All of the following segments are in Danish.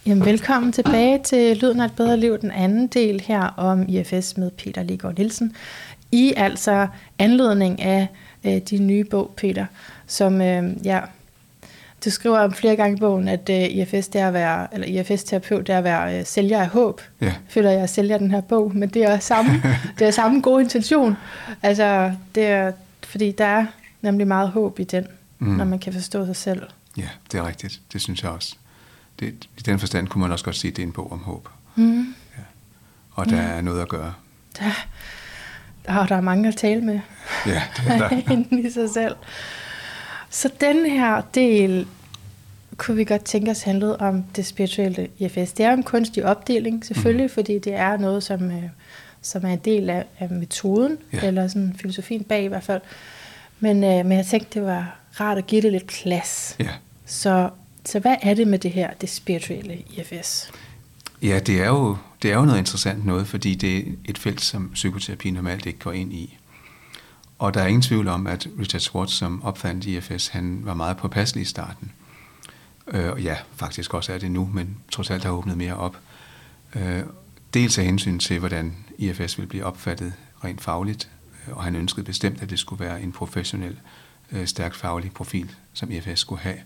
Jamen, velkommen tilbage til Lyden af et bedre liv, den anden del her om IFS med Peter Legaard Nielsen. I altså anledning af din nye bog, Peter, som du skriver om flere gange i bogen, at IFS-terapeut, det er at være sælger af håb. Ja. Føler jeg sælger den her bog, men det er samme gode intention. Altså, det er, fordi der er nemlig meget håb i den, når man kan forstå sig selv. Ja, det er rigtigt. Det synes jeg også. I den forstand kunne man også godt sige, at det er en bog om håb. Ja. Og der er noget at gøre. Der er mange at tale med. Ja, det er der. Inden i sig selv. Så den her del kunne vi godt tænke os handlede om det spirituelle IFS. Det er en kunstig opdeling, selvfølgelig, fordi det er noget, som er en del af metoden, eller sådan filosofien bag i hvert fald. Men jeg tænkte, det var rart at give det lidt plads. Ja. Så hvad er det med det her, det spirituelle IFS? Ja, det er jo noget interessant noget, fordi det er et felt, som psykoterapi normalt ikke går ind i. Og der er ingen tvivl om, at Richard Schwartz, som opfandt IFS, han var meget påpasselig i starten. Og ja, faktisk også er det nu, men trods alt har åbnet mere op. Dels af hensyn til, hvordan IFS vil blive opfattet rent fagligt, og han ønskede bestemt, at det skulle være en professionel, stærkt faglig profil, som IFS skulle have.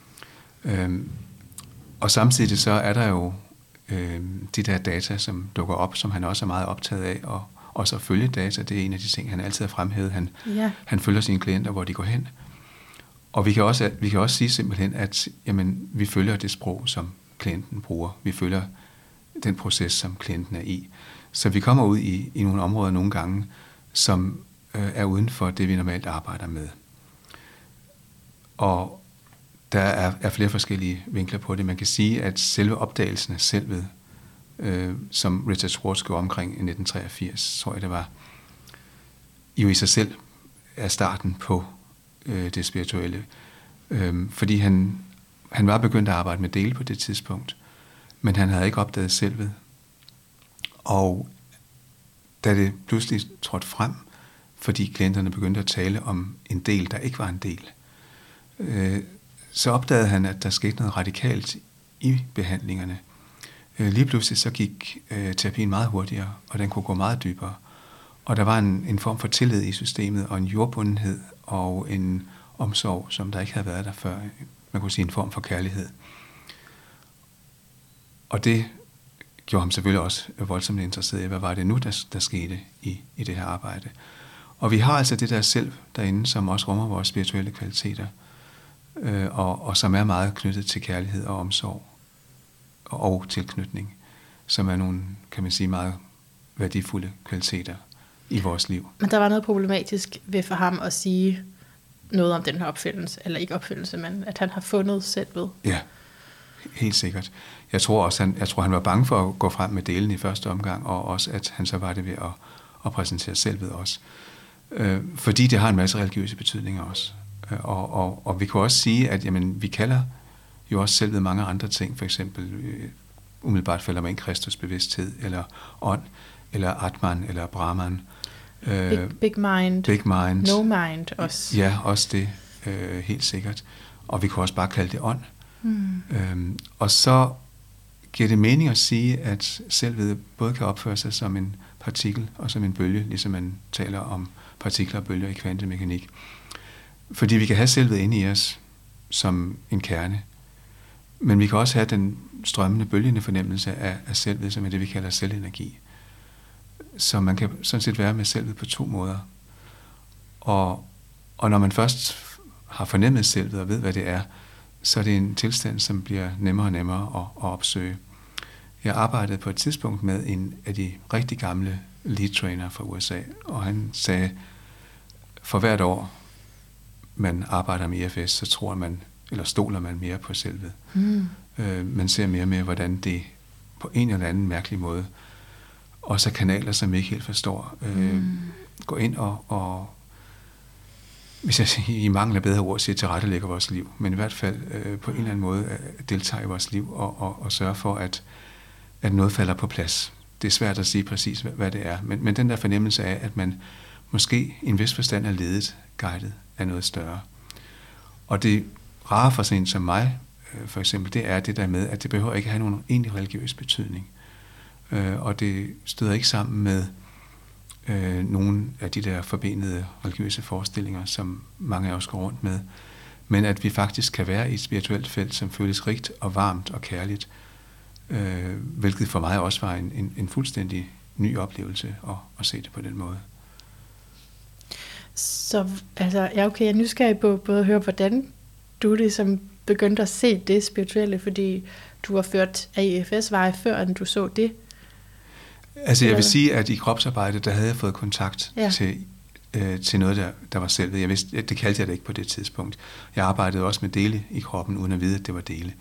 Og samtidig så er der jo de der data, som dukker op, som han også er meget optaget af, og også at følge data, det er en af de ting, han altid har fremhævet. Han følger sine klienter, hvor de går hen. Og vi kan også sige simpelthen, at jamen, vi følger det sprog, som klienten bruger. Vi følger den proces, som klienten er i. Så vi kommer ud i nogle områder nogle gange, som er uden for det, vi normalt arbejder med. Og der er flere forskellige vinkler på det. Man kan sige, at selve opdagelsen af selvet, som Richard Schwartz gjorde omkring i 1983, tror jeg det var, jo i sig selv er starten på det spirituelle. Fordi han var begyndt at arbejde med dele på det tidspunkt, men han havde ikke opdaget selvet. Og da det pludselig trådte frem, fordi klienterne begyndte at tale om en del, der ikke var en del, så opdagede han, at der skete noget radikalt i behandlingerne. Lige pludselig så gik terapien meget hurtigere, og den kunne gå meget dybere. Og der var en form for tillid i systemet, og en jordbundenhed, og en omsorg, som der ikke havde været der før. Man kunne sige en form for kærlighed. Og det gjorde ham selvfølgelig også voldsomt interesseret i, hvad var det nu, der skete i det her arbejde. Og vi har altså det der selv derinde, som også rummer vores spirituelle kvaliteter, og som er meget knyttet til kærlighed og omsorg og tilknytning, som er nogle, kan man sige, meget værdifulde kvaliteter i vores liv. Men der var noget problematisk ved for ham at sige noget om den her opfyldelse, eller ikke opfyldelse, men at han har fundet selvet. Ja, helt sikkert. Jeg tror han var bange for at gå frem med delen i første omgang, og også at han så var det ved at præsentere selvet også. Fordi det har en masse religiøse betydninger også. Og vi kan også sige, at jamen, vi kalder jo også selvet mange andre ting, for eksempel umiddelbart falder man ind Kristus bevidsthed, eller ånd, eller Atman, eller Brahman. Big mind. Big mind. No mind også. Ja, også det, helt sikkert. Og vi kan også bare kalde det ånd. Og så giver det mening at sige, at selvet både kan opføre sig som en partikel og som en bølge, ligesom man taler om partikler og bølger i kvantemekanik. Fordi vi kan have selvet inde i os som en kerne, men vi kan også have den strømmende, bølgende fornemmelse af selvet, som er det, vi kalder selvenergi. Så man kan sådan set være med selvet på to måder. Og når man først har fornemmet selvet og ved, hvad det er, så er det en tilstand, som bliver nemmere og nemmere at opsøge. Jeg arbejdede på et tidspunkt med en af de rigtig gamle lead trainer fra USA, og han sagde, for hvert år, man arbejder med IFS, så tror man, eller stoler man mere på selvet. Man ser mere og mere, hvordan det på en eller anden mærkelig måde, også kanaler, som vi ikke helt forstår, går ind og hvis jeg i mangel af bedre ord siger, tilrettelægger vores liv, men i hvert fald på en eller anden måde deltager i vores liv og sørger for, at noget falder på plads. Det er svært at sige præcis, hvad det er, men den der fornemmelse af, at man måske i en vis forstand er ledet, guidet af noget større. Og det rare for sådan en som mig, for eksempel, det er det der med, at det behøver ikke have nogen egentlig religiøs betydning. Og det støder ikke sammen med nogle af de der forbenede religiøse forestillinger, som mange af os går rundt med, men at vi faktisk kan være i et spirituelt felt, som føles rigt og varmt og kærligt, hvilket for mig også var en fuldstændig ny oplevelse at se det på den måde. Så altså, jeg er nysgerrig på både at høre, hvordan du ligesom begyndte at se det spirituelle, fordi du var ført af IFS-veje før, end du så det. Altså jeg vil sige, at i kropsarbejdet, der havde jeg fået kontakt til noget, der var selvet. Jeg vidste, det kaldte jeg det ikke på det tidspunkt. Jeg arbejdede også med dele i kroppen, uden at vide, at det var dele.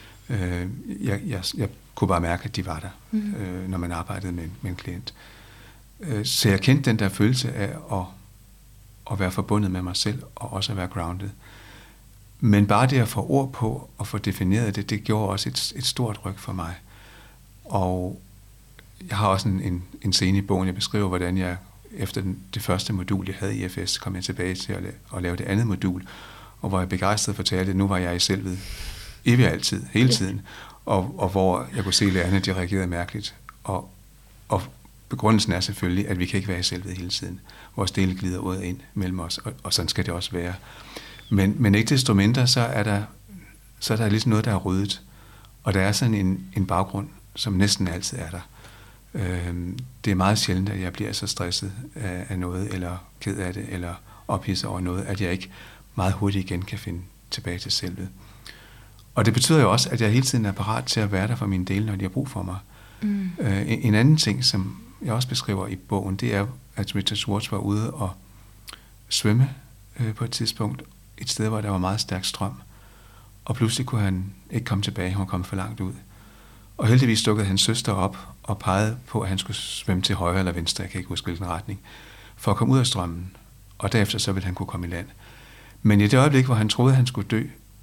Jeg kunne bare mærke, at de var der, når man arbejdede med en klient. Så jeg kendte den der følelse af at være forbundet med mig selv, og også at være grounded. Men bare det at få ord på og få defineret det gjorde også et stort ryk for mig. Og jeg har også en scene i bogen, jeg beskriver, hvordan jeg efter det første modul, jeg havde i IFS, kom jeg tilbage til at lave det andet modul, og hvor jeg begejstret fortalte, at nu var jeg i selvet evigt altid, hele tiden, og hvor jeg kunne se, at lærerne de reagerede mærkeligt. Og begrundelsen er selvfølgelig, at vi kan ikke være i selvet hele tiden. Vores dele glider ud ind mellem os, og sådan skal det også være. Men ikke desto mindre, så er der ligesom noget, der er ryddet. Og der er sådan en baggrund, som næsten altid er der. Det er meget sjældent, at jeg bliver så stresset af noget, eller ked af det, eller ophidset over noget, at jeg ikke meget hurtigt igen kan finde tilbage til selvet. Og det betyder jo også, at jeg hele tiden er parat til at være der for mine dele, når de har brug for mig. En anden ting, som jeg også beskriver i bogen, det er, at Richard Schwartz var ude og svømme på et tidspunkt, et sted, hvor der var meget stærk strøm, og pludselig kunne han ikke komme tilbage, han var kommet for langt ud. Og heldigvis dukkede hans søster op og pegede på, at han skulle svømme til højre eller venstre, jeg kan ikke huske hvilken retning, for at komme ud af strømmen, og derefter så ville han kunne komme i land. Men i det øjeblik, hvor han troede, at han skulle dø,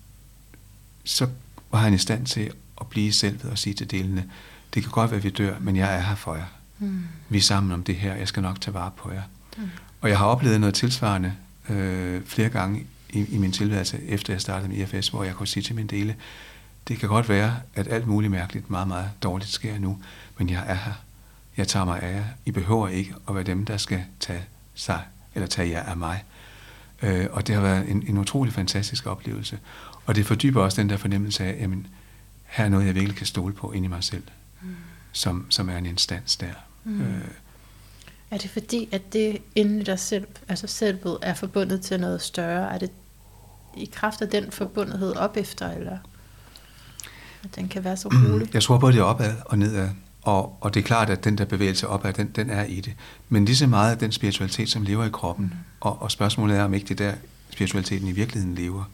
så var han i stand til at blive i selvet og sige til delene, det kan godt være, at vi dør, men jeg er her for jer. Vi er sammen om det her, jeg skal nok tage vare på jer. Og jeg har oplevet noget tilsvarende flere gange i min tilværelse, efter jeg startede med IFS, hvor jeg kunne sige til mine dele, det kan godt være, at alt muligt mærkeligt, meget, meget dårligt sker nu, men jeg er her. Jeg tager mig af jer. I behøver ikke at være dem, der skal tage jer af mig. Og det har været en utrolig fantastisk oplevelse. Og det fordyber også den der fornemmelse af, jamen, her er noget, jeg virkelig kan stole på inde i mig selv, som er en instans der. Er det fordi, at det inde i dig selv, altså selvet, er forbundet til noget større? Er det i kraft af den forbundethed op efter, eller at den kan være så rolig? Jeg tror både det er opad og nedad. Og det er klart, at den der bevægelse opad, den er i det. Men lige så meget af den spiritualitet, som lever i kroppen. Og spørgsmålet er, om ikke det der spiritualiteten i virkeligheden lever.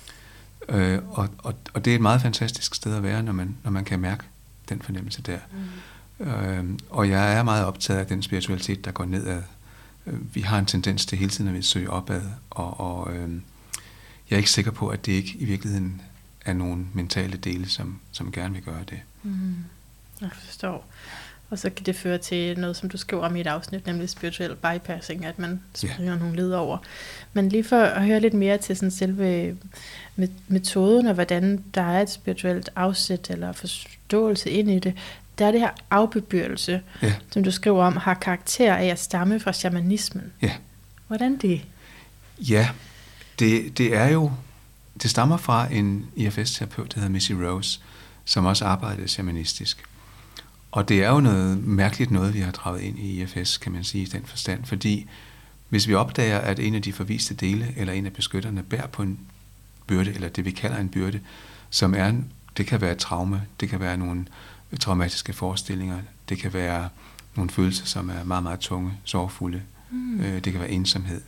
Og det er et meget fantastisk sted at være, når man kan mærke den fornemmelse der. Og jeg er meget optaget af den spiritualitet, der går nedad. Vi har en tendens til hele tiden at vi søger opad, og jeg er ikke sikker på, at det ikke i virkeligheden er nogle mentale dele, som gerne vil gøre det. Jeg forstår. Og så kan det føre til noget, som du skriver om i et afsnit, nemlig spirituel bypassing, at man springer nogle led over. Men lige for at høre lidt mere til sådan selve metoden, og hvordan der er et spirituelt afsæt eller forståelse ind i det, der er det her afbebyrdelse, som du skriver om, har karakter af at stamme fra shamanismen. Ja. Hvordan det? Ja, det er jo, det stammer fra en IFS-terapeut, der hedder Missy Rose, som også arbejdede shamanistisk. Og det er jo noget mærkeligt noget, vi har draget ind i IFS, kan man sige, i den forstand. Fordi hvis vi opdager, at en af de forviste dele, eller en af beskytterne, bærer på en byrde, eller det vi kalder en byrde, som er, det kan være et traume, det kan være nogle traumatiske forestillinger, det kan være nogle følelser, som er meget, meget tunge, sorgfulde, det kan være ensomhed.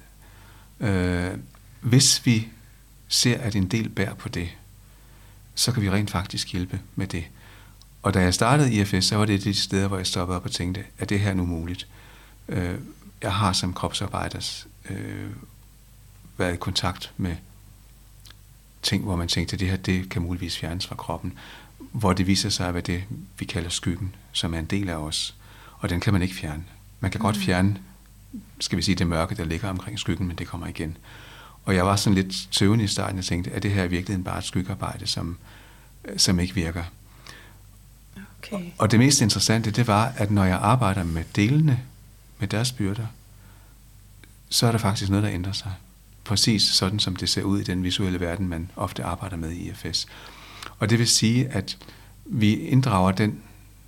Hvis vi ser, at en del bærer på det, så kan vi rent faktisk hjælpe med det. Og da jeg startede IFS, så var det de steder, hvor jeg stoppede op og tænkte, er det her nu muligt? Jeg har som kropsarbejder været i kontakt med ting, hvor man tænkte, at det her det kan muligvis fjernes fra kroppen, hvor det viser sig at være det, vi kalder skyggen, som er en del af os. Og den kan man ikke fjerne. Man kan godt fjerne, skal vi sige, det mørke, der ligger omkring skyggen, men det kommer igen. Og jeg var sådan lidt tøvende i starten, og tænkte, at det her er virkelig bare et skyggearbejde, som som ikke virker. Okay. Og det mest interessante, det var, at når jeg arbejder med delene, med deres byrder, så er der faktisk noget, der ændrer sig. Præcis sådan, som det ser ud i den visuelle verden, man ofte arbejder med i IFS. Og det vil sige, at vi inddrager den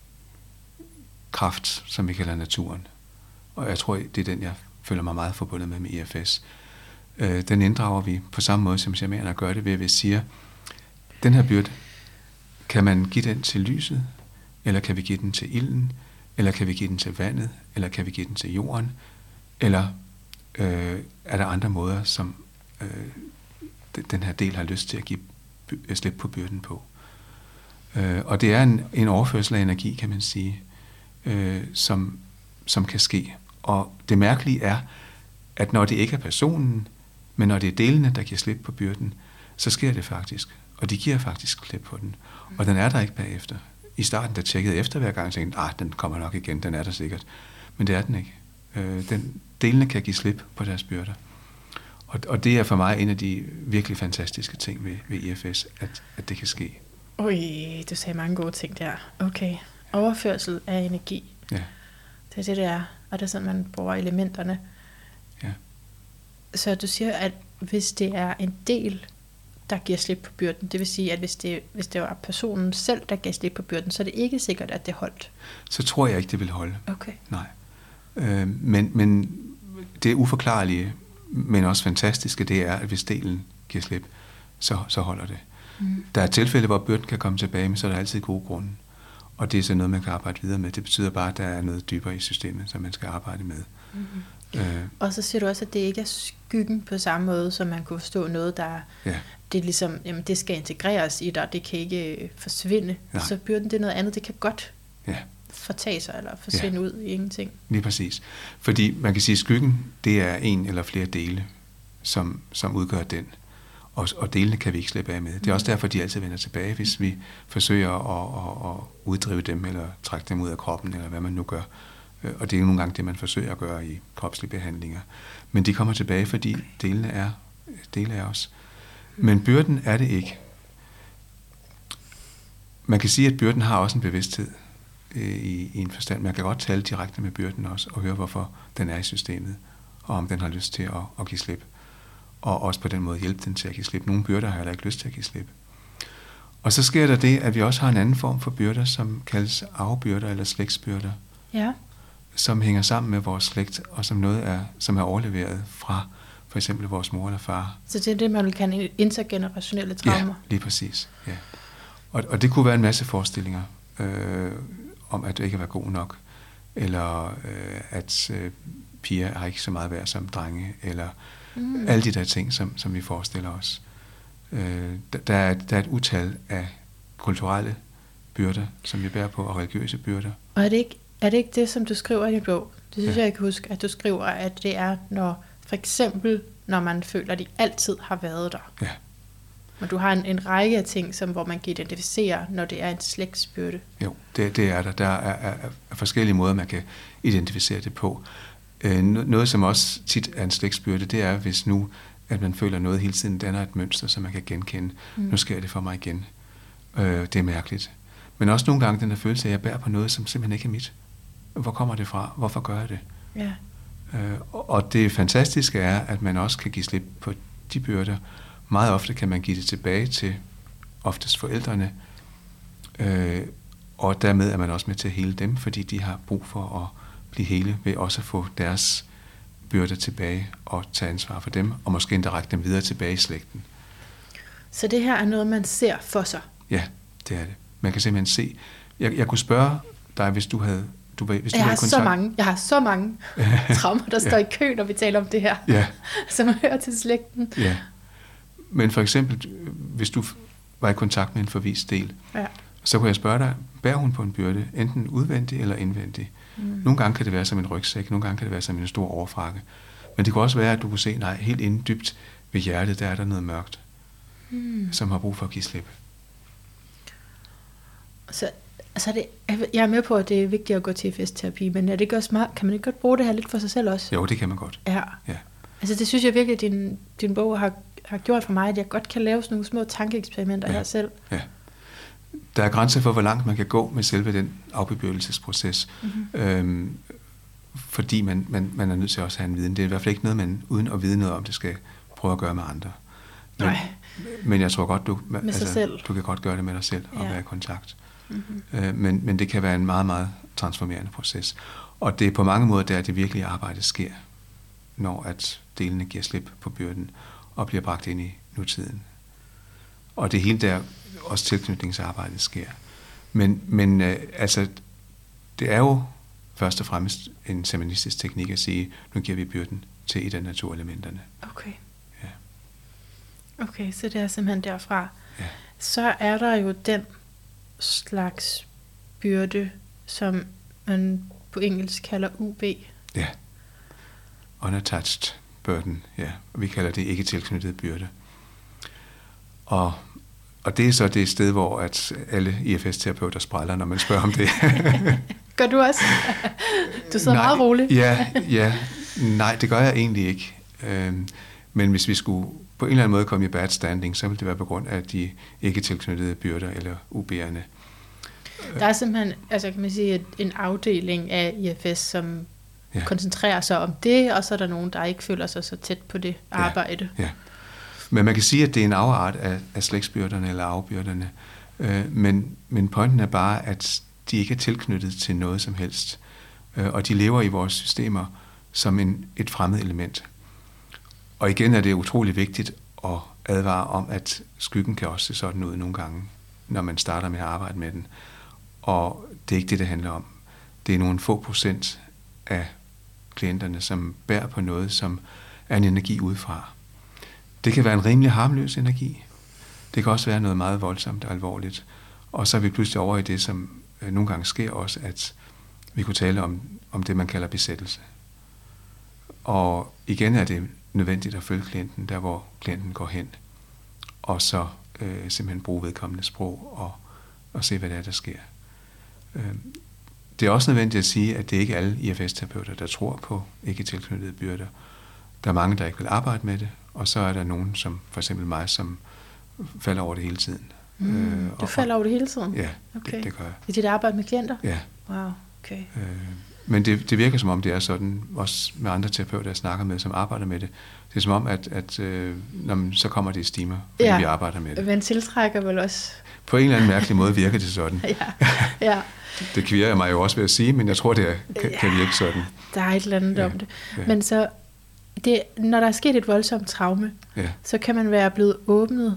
kraft, som vi kalder naturen. Og jeg tror, det er den, jeg føler mig meget forbundet med IFS. Den inddrager vi på samme måde, som shamaner gør det, ved at vi siger, den her byrde, kan man give den til lyset, eller kan vi give den til ilden, eller kan vi give den til vandet, eller kan vi give den til jorden, eller er der andre måder, som den her del har lyst til at give slip på byrden på. Og det er en overførsel af energi, kan man sige, som kan ske. Og det mærkelige er, at når det ikke er personen, men når det er delene, der giver slip på byrden, så sker det faktisk. Og de giver faktisk slip på den. Og den er der ikke bagefter. I starten, der tjekkede efter hver gang, og tænkte, den kommer nok igen, den er der sikkert. Men det er den ikke. Delene kan give slip på deres byrder. Og det er for mig en af de virkelig fantastiske ting ved IFS, at det kan ske. Ui, du sagde mange gode ting der. Okay. Overførsel af energi. Ja. Det er det er. Og det er sådan, man bruger elementerne. Ja. Så du siger, at hvis det er en del, der giver slip på byrden, det vil sige, at hvis det var personen selv, der gav slip på byrden, så er det ikke sikkert, at det holdt. Så tror jeg ikke, det vil holde. Okay. Nej. Men det uforklarlige, men også fantastiske, det er, at hvis delen giver slip, så holder det. Mm. Der er tilfælde, hvor byrden kan komme tilbage, men så er der altid gode grunde. Og det er så noget, man kan arbejde videre med. Det betyder bare, at der er noget dybere i systemet, som man skal arbejde med. Mm-hmm. Og så siger du også, at det ikke er skyggen på samme måde, som man kunne forstå noget, der det er ligesom, jamen det skal integreres i dig, det kan ikke forsvinde. Nej. Så byrden, det er noget andet, det kan godt fortage sig eller forsvinde ud i ingenting. Lige præcis. Fordi man kan sige, at skyggen, det er en eller flere dele, som udgør den. Og delene kan vi ikke slippe af med. Det er også derfor, de altid vender tilbage, hvis vi forsøger at uddrive dem, eller trække dem ud af kroppen, eller hvad man nu gør. Og det er jo nogle gange det, man forsøger at gøre i kropslige behandlinger. Men de kommer tilbage, fordi delene er dele af os. Men byrden er det ikke. Man kan sige, at byrden har også en bevidsthed i en forstand. Man kan godt tale direkte med byrden også, og høre, hvorfor den er i systemet, og om den har lyst til at give slip. Og også på den måde hjælpe den til at give slip. Nogle byrder har heller ikke lyst til at give slip. Og så sker der det, at vi også har en anden form for byrder, som kaldes arvebyrder eller slægtsbyrder. Ja. Som hænger sammen med vores slægt, og som er overleveret fra for eksempel vores mor eller far. Så det er det, man vil kalde intergenerationelle traumer? Ja, lige præcis. Ja. Og det kunne være en masse forestillinger om, at du ikke var god nok, eller at piger har ikke så meget værd som drenge, eller alle de der ting, som vi forestiller os. Der er et utal af kulturelle byrder, som vi bærer på, og religiøse byrder. Og er det ikke det, som du skriver i din bog? Det synes jeg kan huske, at du skriver, at det er, for eksempel, når man føler, at de altid har været der. Ja. Men du har en række af ting, hvor man kan identificere, når det er en slægtsbyrde. Jo, det er der. Der er forskellige måder, man kan identificere det på. Noget, som også tit er en slægtsbyrde, det er, hvis nu, at man føler noget hele tiden danner et mønster, som man kan genkende. Nu sker det for mig igen. Det er mærkeligt. Men også nogle gange den der følelse af, at jeg bærer på noget, som simpelthen ikke er mit. Hvor kommer det fra? Hvorfor gør jeg det? Ja. Og det fantastiske er, at man også kan give slip på de byrder. Meget ofte kan man give det tilbage til oftest forældrene, og dermed er man også med til at hele dem, fordi de har brug for at blive hele ved også at få deres byrder tilbage og tage ansvar for dem, og måske endda række dem videre tilbage i slægten. Så det her er noget, man ser for sig? Ja, det er det. Man kan simpelthen se. Jeg kunne spørge dig, hvis du havde... Jeg har så mange traumer, der står i kø, når vi taler om det her, som hører til slægten. Ja. Men for eksempel, hvis du var i kontakt med en forvist del, så kunne jeg spørge dig, bærer hun på en byrde, enten udvendig eller indvendig? Nogle gange kan det være som en rygsæk, nogle gange kan det være som en stor overfrakke. Men det kunne også være, at du kunne se, nej, helt inde dybt ved hjertet, der er der noget mørkt, som har brug for at give slip. Så jeg er med på, at det er vigtigt at gå til IFS-terapi, men er det ikke også smart? Kan man ikke godt bruge det her lidt for sig selv også? Jo, det kan man godt. Ja. Altså det synes jeg virkelig, at din bog har gjort for mig, at jeg godt kan lave sådan nogle små tankeeksperimenter her selv. Ja. der er grænser for, hvor langt man kan gå med selve den afbebyrdelsesproces. Fordi man er nødt til også at have en viden. Det er i hvert fald ikke noget, man uden at vide noget om, det skal prøve at gøre med andre. Men jeg tror godt, du kan godt gøre det med dig selv og være i kontakt. Men det kan være en meget, meget transformerende proces. Og det er på mange måder, der det virkelige arbejde sker, når at delene giver slip på byrden og bliver bragt ind i nutiden. Og det hele der også tilknytningsarbejdet sker. Men det er jo først og fremmest en shamanistisk teknik at sige, nu giver vi byrden til et af naturelementerne. Okay. Ja. Okay, så det er simpelthen derfra. Ja. Så er der jo den slags byrde, som man på engelsk kalder UB. Ja. Unattached burden, ja. Vi kalder det ikke tilknyttet byrde. Og det er så det sted, hvor at alle IFS-terapeuter spræller, når man spørger om det. Gør du også? Du sidder meget roligt. Ja. Nej, det gør jeg egentlig ikke. Men hvis vi skulle på en eller anden måde komme i bad standing, så ville det være på grund af de ikke tilknyttede byrder eller UB'erne. Der er simpelthen, kan man sige, en afdeling af IFS, som koncentrerer sig om det, og så er der nogen, der ikke føler sig så tæt på det arbejde. Ja. Men man kan sige, at det er en afart af slægtsbyrderne eller afbyrderne. Men pointen er bare, at de ikke er tilknyttet til noget som helst. Og de lever i vores systemer som et fremmed element. Og igen er det utrolig vigtigt at advare om, at skyggen kan også se sådan ud nogle gange, når man starter med at arbejde med den. Og det er ikke det handler om. Det er nogle få procent af klienterne, som bærer på noget, som er en energi udefra. Det kan være en rimelig harmløs energi. Det kan også være noget meget voldsomt og alvorligt. Og så er vi pludselig over i det, som nogle gange sker også, at vi kunne tale om det, man kalder besættelse. Og igen er det nødvendigt at følge klienten der, hvor klienten går hen. Og så simpelthen bruge vedkommende sprog og se, hvad det er, der sker. Det er også nødvendigt at sige, at det ikke er alle IFS-terapeuter, der tror på ikke tilknyttede byrder. Der er mange, der ikke vil arbejde med det, og så er der nogen, som for eksempel mig, som falder over det hele tiden. Du falder over det hele tiden? Ja, okay. Det gør jeg. I dit arbejde med klienter? Ja. Wow, okay. Men det virker som om, det er sådan, også med andre terapeuter, jeg snakker med, som arbejder med det. Det er som om, at så kommer det i stimer, fordi vi arbejder med det. Men tiltrækker vel også... På en eller anden mærkelig måde virker det sådan. Ja. Det kvier jeg mig jo også ved at sige, men jeg tror, det kan virke sådan. Der er et eller andet om det. Ja. Men så, når der er sket et voldsomt traume, så kan man være blevet åbnet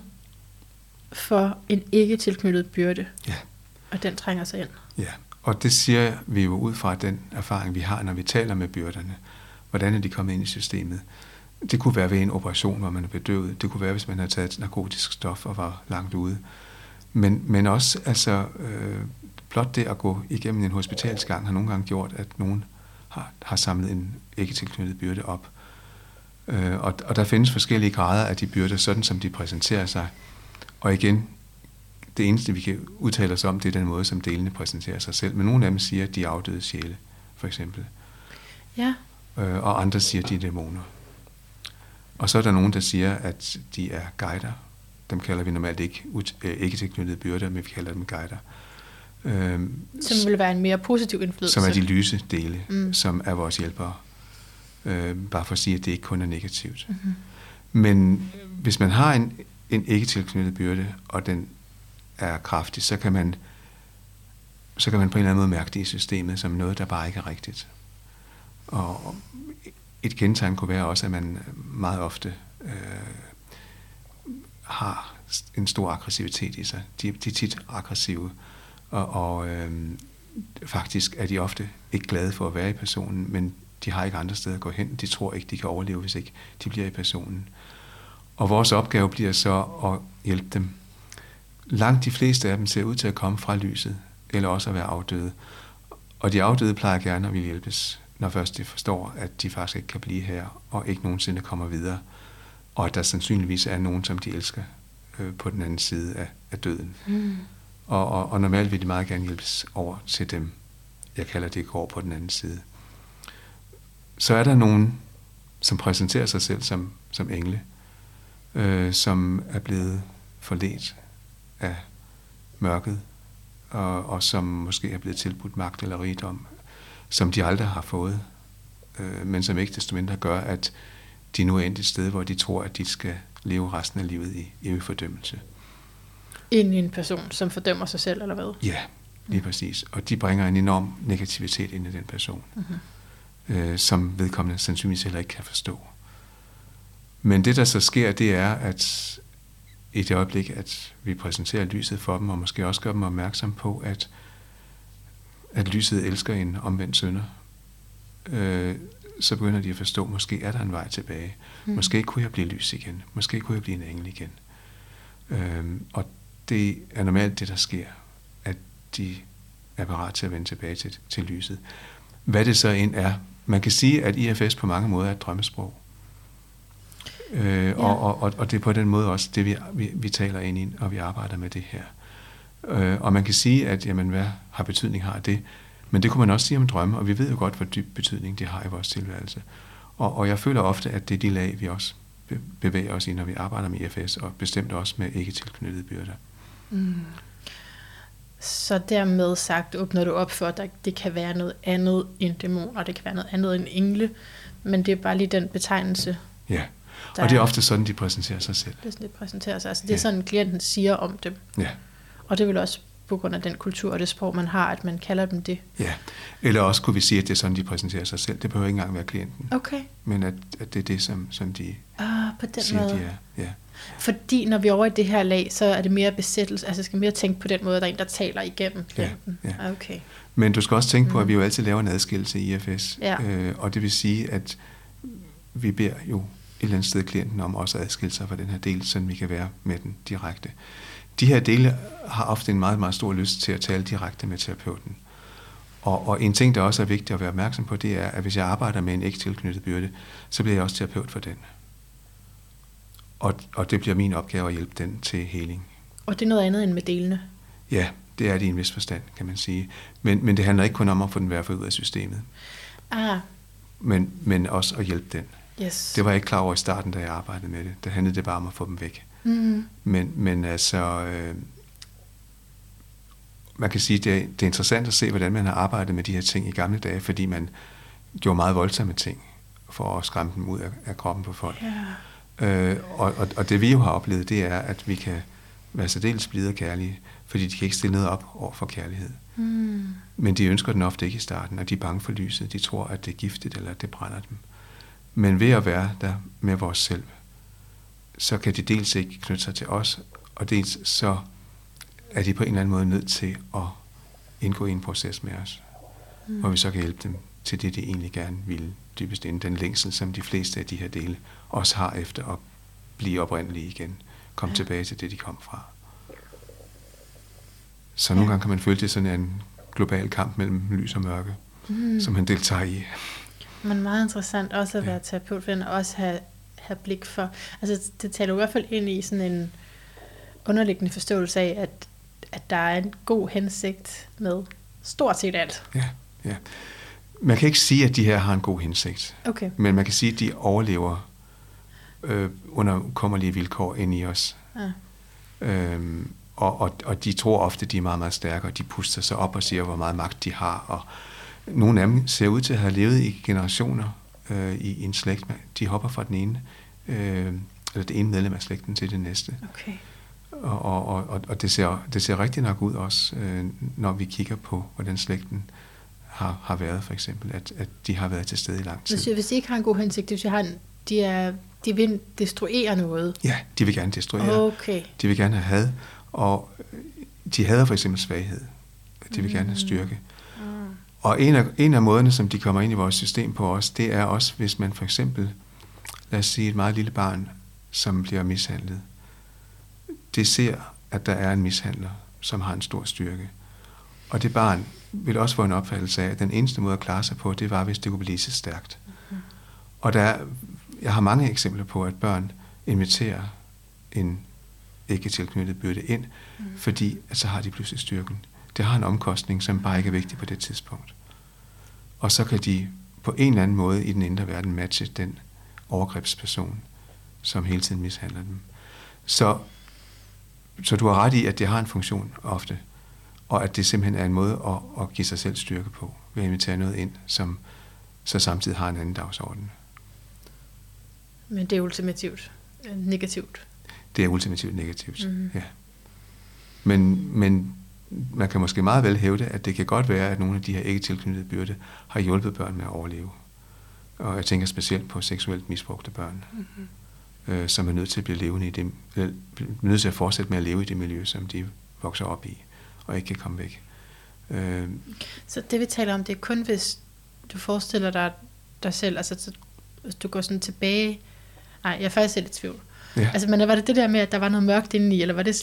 for en ikke tilknyttet byrde. Ja. Og den trænger sig ind. Ja, og det siger vi jo ud fra den erfaring, vi har, når vi taler med byrderne. Hvordan er de kommet ind i systemet? Det kunne være ved en operation, hvor man er bedøvet. Det kunne være, hvis man har taget et narkotisk stof og var langt ude. Men også, blot det at gå igennem en hospitalsgang har nogle gange gjort, at nogen har samlet en ikke tilknyttet byrde op. Og der findes forskellige grader af de byrder, sådan som de præsenterer sig. Og igen, det eneste, vi kan udtale os om, det er den måde, som delene præsenterer sig selv. Men nogle af dem siger, at de er afdøde sjæle, for eksempel. Ja. Og andre siger, at de er dæmoner. Og så er der nogen, der siger, at de er guider. Dem kalder vi normalt ikke tilknyttede byrder, men vi kalder dem guider. Som vil være en mere positiv indflydelse. Som er de lyse dele, som er vores hjælpere. Bare for at sige, at det ikke kun er negativt. Mm-hmm. Men hvis man har en ikke tilknyttet byrde, og den er kraftig, så kan man på en eller anden måde mærke det i systemet som noget, der bare ikke er rigtigt. Og et kendetegn kunne være også, at man meget ofte har en stor aggressivitet i sig. De er tit aggressive, og faktisk er de ofte ikke glade for at være i personen, men de har ikke andre steder at gå hen. De tror ikke, de kan overleve, hvis ikke de bliver i personen. Og vores opgave bliver så at hjælpe dem. Langt de fleste af dem ser ud til at komme fra lyset, eller også at være afdøde. Og de afdøde plejer gerne at ville hjælpes, når først de forstår, at de faktisk ikke kan blive her, og ikke nogensinde kommer videre. Og at der sandsynligvis er nogen, som de elsker på den anden side af døden. Mm. Og normalt vil de meget gerne hjælpes over til dem. Jeg kalder det går på den anden side. Så er der nogen, som præsenterer sig selv som engle, som er blevet forledt af mørket, og som måske er blevet tilbudt magt eller rigdom, som de aldrig har fået, men som ikke desto mindre gør, at de nu er endt et sted, hvor de tror, at de skal leve resten af livet i evig fordømmelse. Ind i en person, som fordømmer sig selv, eller hvad? Ja, lige præcis. Og de bringer en enorm negativitet ind i den person, som vedkommende sandsynligvis heller ikke kan forstå. Men det, der så sker, det er, at i det øjeblik, at vi præsenterer lyset for dem, og måske også gør dem opmærksom på, at lyset elsker en omvendt synder, så begynder de at forstå, måske er der en vej tilbage. Måske kunne jeg blive lys igen. Måske kunne jeg blive en engel igen. Og det er normalt det, der sker, at de er parat til at vende tilbage til lyset. Hvad det så end er. Man kan sige, at IFS på mange måder er et drømmesprog. Og det er på den måde også det, vi taler ind i, og vi arbejder med det her. Og man kan sige, at jamen, hvad har betydning har det? Men det kunne man også sige om drømme, og vi ved jo godt, hvor dyb betydning det har i vores tilværelse. Og jeg føler ofte, at det er de lag, vi også bevæger os i, når vi arbejder med IFS, og bestemt også med ikke tilknyttede byrder. Så dermed sagt åbner du op for, at det kan være noget andet end dæmoner, det kan være noget andet end engle, men det er bare lige den betegnelse. Ja, og det er ofte sådan, de præsenterer sig selv. Det er sådan, de præsenterer sig. Altså, det er sådan, klienten siger om dem. Ja. Og det er vel også på grund af den kultur og det sprog, man har, at man kalder dem det. Ja, eller også kunne vi sige, at det er sådan, de præsenterer sig selv. Det behøver ikke engang være klienten. Okay. Men at det er det, som de på den siger, måde. de er. Ja. Fordi når vi er over i det her lag, så er det mere besættelse. Altså jeg skal mere tænke på den måde, at der er en, der taler igennem klienten. Ja. Okay. Men du skal også tænke på, at vi jo altid laver en adskillelse i IFS. Ja. Og det vil sige, at vi beder jo et eller andet sted klienten om også at adskille sig fra den her del, så vi kan være med den direkte. De her dele har ofte en meget, meget stor lyst til at tale direkte med terapeuten. Og en ting, der også er vigtigt at være opmærksom på, det er, at hvis jeg arbejder med en ikke tilknyttet byrde, så bliver jeg også terapeut for den. Og det bliver min opgave at hjælpe den til heling. Og det er noget andet end med delene? Ja, det er det i en vis forstand, kan man sige. Men det handler ikke kun om at få den værd ud af systemet. Men også at hjælpe den. Yes. Det var jeg ikke klar over i starten, da jeg arbejdede med det. Der handlede det bare om at få dem væk. Men altså, man kan sige, det er interessant at se, hvordan man har arbejdet med de her ting i gamle dage, fordi man gjorde meget voldsomme ting for at skræmme dem ud af kroppen på folk. Yeah. Og det vi jo har oplevet, det er, at vi kan være særdeles blide og kærlige, fordi de kan ikke stille noget op over for kærlighed. Men de ønsker den ofte ikke i starten, og de er bange for lyset. De tror, at det er giftigt, eller at det brænder dem. Men ved at være der med vores selv, så kan de dels ikke knytte sig til os, og dels så er de på en eller anden måde nødt til at indgå i en proces med os, hvor vi så kan hjælpe dem til det, de egentlig gerne ville, dybest inden den længsel, som de fleste af de her dele også har efter at blive oprindelige igen, komme tilbage til det, de kom fra. Så nogle gange kan man føle, det sådan en global kamp mellem lys og mørke, som man deltager i. Men meget interessant også at være terapeut, for og også have blik for, altså det taler i hvert fald ind i sådan en underliggende forståelse af, at der er en god hensigt med stort set alt. Ja. Man kan ikke sige, at de her har en god hensigt, okay. Men man kan sige, at de overlever under kummerlige vilkår ind i os. Og de tror ofte, de er meget, meget stærke, og de puster sig op og siger, hvor meget magt de har, og nogle af dem ser ud til at have levet i generationer i en slægt. De hopper fra den ene, eller det ene medlem af slægten til det næste. Okay. Og det ser rigtig nok ud også, når vi kigger på, hvordan slægten har været, for eksempel, at de har været til stede i lang tid. Hvis de ikke har en god hensigt, det vil de vil destruere noget? Ja, de vil gerne destruere. Okay. De vil gerne have had, og de hader for eksempel svaghed. De vil gerne have styrke. Og en af måderne, som de kommer ind i vores system på os, det er også, hvis man for eksempel, lad os sige et meget lille barn, som bliver mishandlet. Det ser, at der er en mishandler, som har en stor styrke. Og det barn vil også få en opfattelse af, at den eneste måde at klare sig på, det var, hvis det kunne blive så stærkt. Og jeg har mange eksempler på, at børn inviterer en ikke tilknyttet byrde ind, fordi at så har de pludselig styrken. Det har en omkostning, som bare ikke er vigtig på det tidspunkt. Og så kan de på en eller anden måde i den indre verden matche den overgrebsperson, som hele tiden mishandler dem. Så du har ret i, at det har en funktion ofte. Og at det simpelthen er en måde at give sig selv styrke på, ved at invitere noget ind, som så samtidig har en anden dagsorden. Men det er ultimativt negativt. Det er ultimativt negativt, ja. Men man kan måske meget vel hævde, at det kan godt være, at nogle af de her ikke tilknyttede byrde har hjulpet børn med at overleve. Og jeg tænker specielt på seksuelt misbrugte børn, som er nødt til at blive levende i det, nødt til at fortsætte med at leve i det miljø, som de vokser op i, og ikke kan komme væk. Så det vi taler om, det er kun hvis du forestiller dig selv, altså hvis du går sådan tilbage. Nej, jeg er faktisk selv i tvivl. Ja. Altså, men var det der med, at der var noget mørkt indeni, eller var det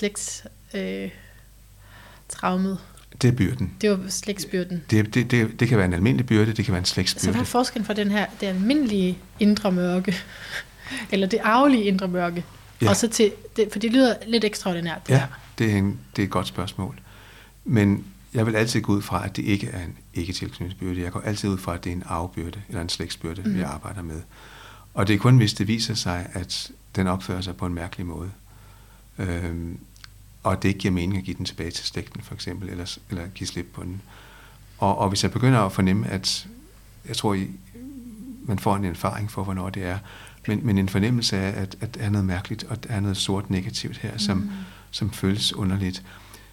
traumet? Det er byrden. Det var slægtsbyrden. Det kan være en almindelig byrde, det kan være en slægtsbyrde. Så hvad er forskellen for det almindelige indre mørke, eller det arvelige indre mørke, og så til det, for det lyder lidt ekstraordinært. Det det er et godt spørgsmål. Men jeg vil altid gå ud fra, at det ikke er en ikke tilknyttet byrde. Jeg går altid ud fra, at det er en arvebyrde, eller en slægtsbyrde, vi arbejder med. Og det er kun, hvis det viser sig, at den opfører sig på en mærkelig måde. Og det ikke giver mening at give den tilbage til slægten, for eksempel, eller give slip på den. Og hvis jeg begynder at fornemme, at jeg tror, man får en erfaring for, hvornår det er, men en fornemmelse af, at der er noget mærkeligt, og der er noget sort negativt her, som føles underligt.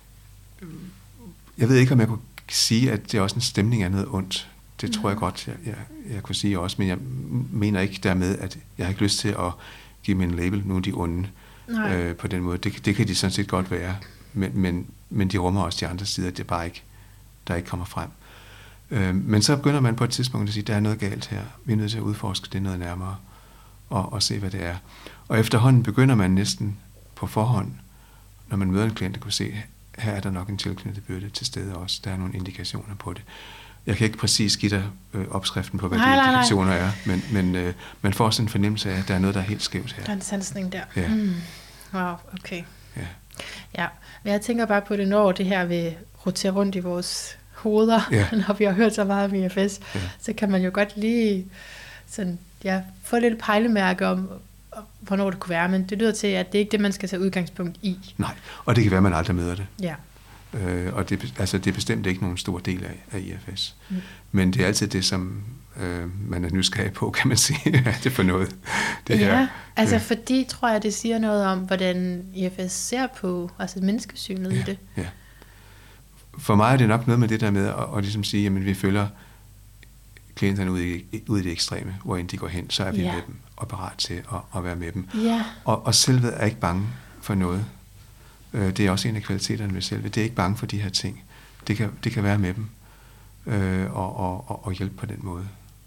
Jeg ved ikke, om jeg kunne sige, at det er også en stemning af noget ondt. Det tror jeg godt, jeg kunne sige også, men jeg mener ikke dermed, at jeg har ikke lyst til at give mig en label, nu er de onde på den måde. Det kan de sådan set godt være, men de rummer også de andre sider, det er bare ikke, der ikke kommer frem. Men så begynder man på et tidspunkt at sige, der er noget galt her, vi er nødt til at udforske det noget nærmere, og se, hvad det er. Og efterhånden begynder man næsten på forhånd, når man møder en klient, at kunne se, her er der nok en tilknyttet byrde til stede også. Der er nogle indikationer på det. Jeg kan ikke præcis give dig opskriften på, hvad de indikationer er, men man får sådan en fornemmelse af, at der er noget, der er helt skævt her. Der er en sansning der. Ja. Wow, okay. Ja. Men jeg tænker bare på det, når det her vil rotere rundt i vores hoveder, når vi har hørt så meget om IFS, så kan man jo godt lige sådan, få et lille pejlemærke om, hvornår det kunne være, men det lyder til, at det ikke er det, man skal tage udgangspunkt i. Nej, og det kan være, at man aldrig møder det. Ja. Og det er bestemt ikke nogen stor del af IFS. Men det er altid det, som man er nysgerrig på, kan man sige. Hvad er det for noget? Det her. Fordi tror jeg, det siger noget om, hvordan IFS ser på menneskesynet i det. Ja. For mig er det nok noget med det der med at ligesom sige, jamen vi følger klienterne ud i det ekstreme, hvor end de går hen, så er vi med dem og parat til at være med dem. Ja. Og selvet er ikke bange for noget. Det er også en af kvaliteterne ved selvet. Det er ikke bange for de her ting. Det kan være med dem og hjælpe på den måde.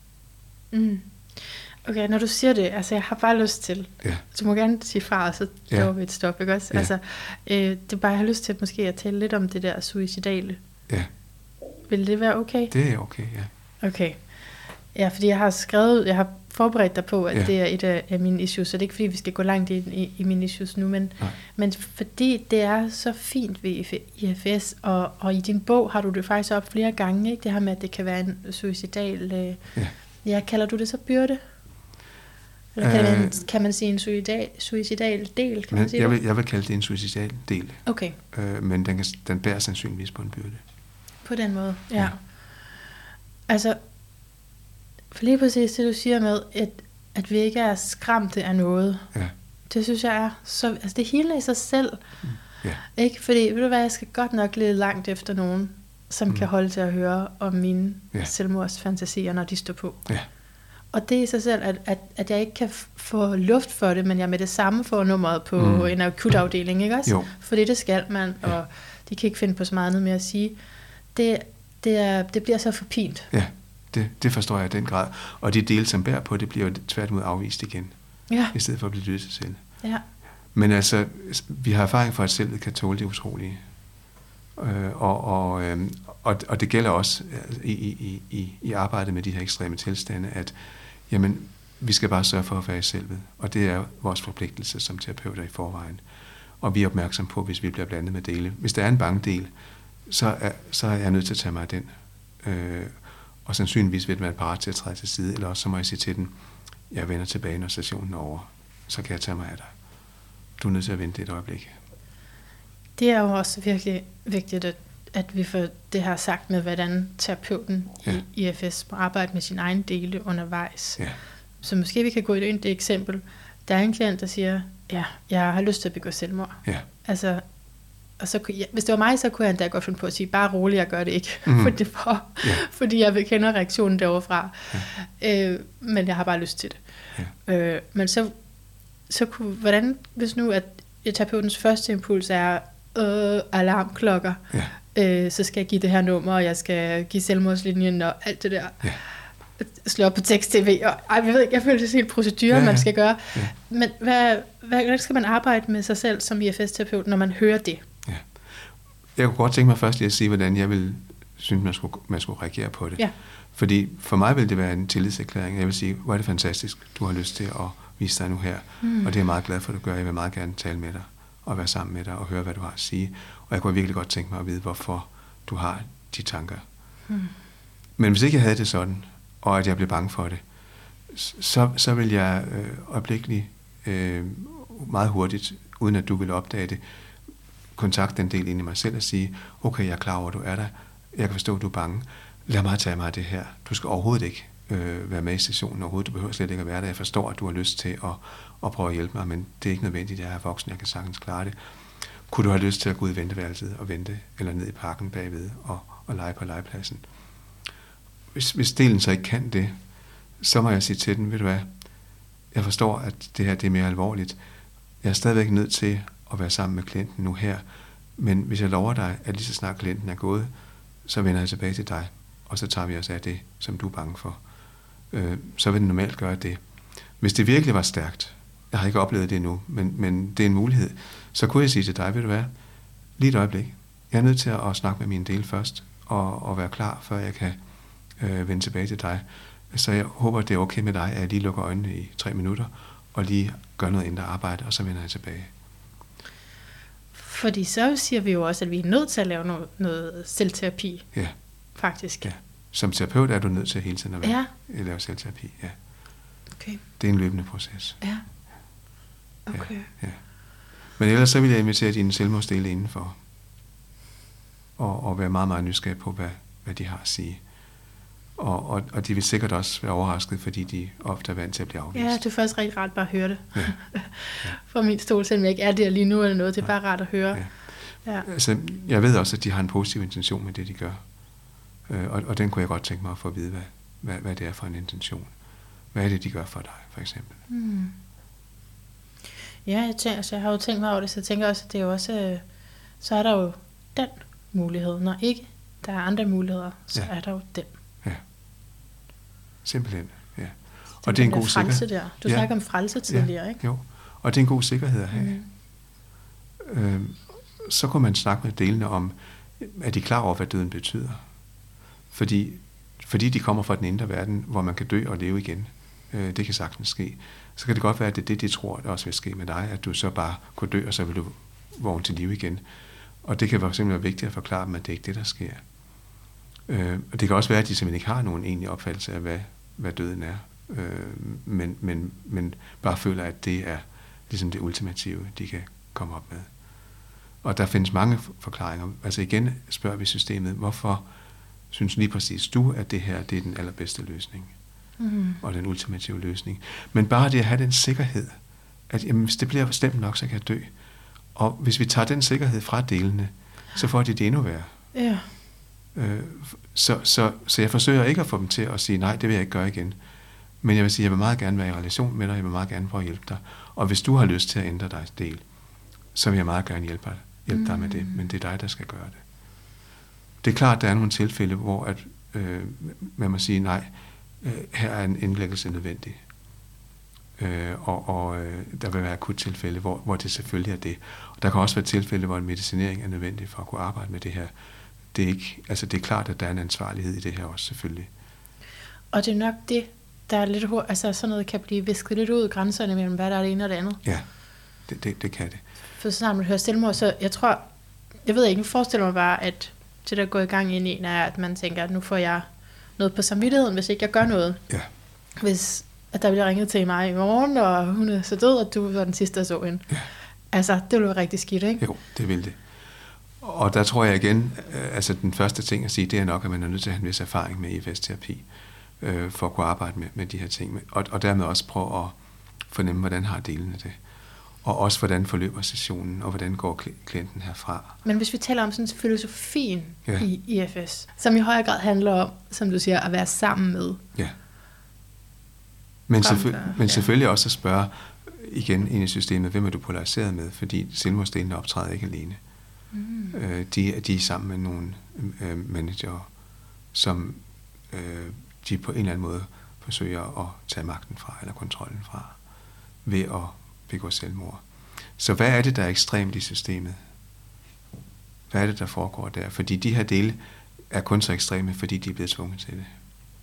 Okay, når du siger det, jeg har bare lyst til, du må gerne sige fra, og så laver vi et stop, ikke også? Det er bare, jeg har lyst til måske at tale lidt om det der suicidale. Ja. Vil det være okay? Det er okay, ja. Okay. Ja, fordi jeg har forberedt dig på, at det er et af mine issues, så det er ikke fordi, vi skal gå langt i mine issues nu, men fordi det er så fint ved IFS, og i din bog har du det faktisk op flere gange, ikke? Det her med, at det kan være en suicidal... kalder du det så byrde? Eller kan man sige en suicidal del? Kan man sige jeg vil kalde det en suicidal del. Okay. Men den bærer sandsynligvis på en byrde. På den måde, ja. Altså, for lige præcis det, du siger med, at vi ikke er skræmte af noget, det synes jeg er så... Altså, det hele i sig selv. Ikke? Fordi, ved du hvad, jeg skal godt nok lede langt efter nogen, som kan holde til at høre om mine selvmordsfantasier, når de står på. Ja. Og det er i sig selv, at jeg ikke kan få luft for det, men jeg med det samme får nummeret på en akutafdeling, ikke også? Jo. Fordi det skal man, og de kan ikke finde på så meget andet mere at sige. Det bliver så forpint. Ja, det forstår jeg i den grad. Og de dele, som bærer på, det bliver jo tværtimod afvist igen, i stedet for at blive lyttet til. Ja. Men altså, vi har erfaring for, at selvet kan tåle det utrolige. Og det gælder også i arbejdet med de her ekstreme tilstande, at jamen, vi skal bare sørge for at være i selvet. Og det er vores forpligtelse som terapeuter i forvejen. Og vi er opmærksom på, hvis vi bliver blandet med dele. Hvis der er en bange del, så er jeg nødt til at tage mig af den. Og sandsynligvis vil den være parat til at træde til side, eller også så må jeg sige til den, jeg vender tilbage, når stationen er over. Så kan jeg tage mig af dig. Du er nødt til at vente et øjeblik. Det er jo også virkelig vigtigt at vi får det her sagt med, hvordan terapeuten i IFS må arbejde med sin egen dele undervejs. Ja. Så måske vi kan gå ind i det eksempel. Der er en klient, der siger, ja, jeg har lyst til at begå selvmord. Ja. Altså, og så, hvis det var mig, så kunne jeg endda godt finde på at sige, bare rolig, jeg gør det ikke. Fordi jeg kender reaktionen deroverfra. Ja. Men jeg har bare lyst til det. Ja. Men så kunne, hvordan, hvis nu, at terapeutens første impuls er alarmklokker, så skal jeg give det her nummer, og jeg skal give selvmordslinjen og alt det der. Ja. Slå op på tekst-tv, og jeg ved ikke, jeg føler, det er helt procedure, man skal gøre. Ja. Men hvordan skal man arbejde med sig selv som IFS-terapeut, når man hører det? Ja. Jeg kunne godt tænke mig først lige at sige, hvordan jeg vil synes, man skulle reagere på det. Ja. Fordi for mig vil det være en tillidserklæring. Jeg vil sige, hvor er det fantastisk, du har lyst til at vise dig nu her, og det er jeg meget glad for, at du gør. Jeg vil meget gerne tale med dig, og være sammen med dig, og høre, hvad du har at sige. Og jeg kunne virkelig godt tænke mig at vide, hvorfor du har de tanker. Men hvis ikke jeg havde det sådan, og at jeg blev bange for det, så vil jeg øjeblikkeligt, meget hurtigt, uden at du vil opdage det, kontakte den del ind i mig selv og sige, okay, jeg er klar over, at du er der, jeg kan forstå, at du er bange, lad mig tage mig af det her. Du skal overhovedet ikke være med i sessionen overhovedet, du behøver slet ikke at være der. Jeg forstår, at du har lyst til at prøve at hjælpe mig, men det er ikke nødvendigt, jeg er voksen, jeg kan sagtens klare det. Kunne du have lyst til at gå ud i venteværelset og vente, eller ned i parken bagved og lege på legepladsen? Hvis delen så ikke kan det, så må jeg sige til den, ved du hvad, jeg forstår, at det her det er mere alvorligt. Jeg er stadigvæk nødt til at være sammen med klienten nu her, men hvis jeg lover dig, at lige så snart klienten er gået, så vender jeg tilbage til dig, og så tager vi os af det, som du er bange for. Så vil den normalt gøre det. Hvis det virkelig var stærkt, jeg har ikke oplevet det endnu, men det er en mulighed, så kunne jeg sige til dig, ved du hvad, lige et øjeblik, jeg er nødt til at snakke med min del først, og være klar, før jeg kan vende tilbage til dig. Så jeg håber, det er okay med dig, at jeg lige lukker øjnene i 3 minutter, og lige gør noget indre arbejde, og så vender jeg tilbage. Fordi så siger vi jo også, at vi er nødt til at lave noget selvterapi. Ja. Faktisk. Ja. Som terapeut er du nødt til hele tiden at lave selvterapi. Ja. Okay. Det er en løbende proces. Ja. Okay. Ja. Men ellers så vil jeg invitere dine selvmordsdele indenfor. Og være meget, meget nysgerrig på, hvad de har at sige. Og de vil sikkert også være overrasket, fordi de ofte er vant til at blive afvist. Ja, det er faktisk rigtig rart bare at høre det. Ja. Fra min stol, selvom jeg ikke er der lige nu eller noget. Det er bare rart at høre. Ja. Ja. Altså, jeg ved også, at de har en positiv intention med det, de gør. Og den kunne jeg godt tænke mig at få at vide, hvad det er for en intention. Hvad er det, de gør for dig, for eksempel? Ja, jeg har jo tænkt mig over det, så jeg tænker også, at det er jo også, så er der jo den mulighed. Når ikke der er andre muligheder, så er der jo den. Ja. Simpelthen, ja. Og det er en god sikkerhed. Du snakker om frelse tidligere, ikke? Jo, og det er en god sikkerhed at have. Så kunne man snakke med delene om, er de klar over, hvad døden betyder? Fordi de kommer fra den indre verden, hvor man kan dø og leve igen. Det kan sagtens ske. Så kan det godt være, at det er det, de tror, der også vil ske med dig, at du så bare kunne dø, og så vil du vågne til liv igen. Og det kan for eksempel være vigtigt at forklare dem, at det ikke er det, der sker. Og det kan også være, at de simpelthen ikke har nogen egentlig opfattelse af, hvad døden er, men bare føler, at det er ligesom det ultimative, de kan komme op med. Og der findes mange forklaringer. Altså igen spørger vi systemet, hvorfor synes lige præcis du, at det her det er den allerbedste løsning, og den ultimative løsning. Men bare det at have den sikkerhed, at jamen, hvis det bliver bestemt nok, så kan jeg dø. Og hvis vi tager den sikkerhed fra delene, så får de det endnu værre. Ja. Så jeg forsøger ikke at få dem til at sige, nej, det vil jeg ikke gøre igen. Men jeg vil sige, jeg vil meget gerne være i relation med dig, jeg vil meget gerne prøve at hjælpe dig. Og hvis du har lyst til at ændre dig del, så vil jeg meget gerne hjælpe dig med det, men det er dig, der skal gøre det. Det er klart, at der er nogle tilfælde, hvor at, man må sige, nej, her er en indlæggelse nødvendig. Og der vil være akut tilfælde, hvor det selvfølgelig er det. Og der kan også være tilfælde, hvor en medicinering er nødvendig for at kunne arbejde med det her. Det er ikke, altså det er klart, at der er en ansvarlighed i det her også, selvfølgelig. Og det er nok det, der er lidt altså sådan noget kan blive visket lidt ud, grænserne mellem, hvad der er det ene og det andet. Ja, det kan det. For så snart man hører selvmord, så jeg ved ikke, nu forestiller mig bare, at det der går i gang ind i en er, at man tænker, at nu får jeg noget på samvittigheden, hvis ikke jeg gør noget. Ja. Hvis at der bliver ringet til mig i morgen, og hun er så død, og du var den sidste, der så hende. Ja. Altså, det ville være rigtig skidt, ikke? Jo, det vil det. Og der tror jeg igen, altså den første ting at sige, det er nok, at man er nødt til at have en vis erfaring med IFS-terapi, for at kunne arbejde med de her ting. Og dermed også prøve at fornemme, hvordan har delene det. Og også, hvordan forløber sessionen, og hvordan går klienten herfra. Men hvis vi taler om sådan filosofien i IFS, som i højere grad handler om, som du siger, at være sammen med. Ja. Men selvfølgelig også at spørge igen ind i systemet, hvem er du polariseret med? Fordi selvmordsdelene optræder ikke alene. De er sammen med nogle manager, som de på en eller anden måde forsøger at tage magten fra, eller kontrollen fra, ved at begå selvmord. Så hvad er det, der er ekstremt i systemet? Hvad er det, der foregår der? Fordi de her dele er kun så ekstreme, fordi de er blevet tvunget til det.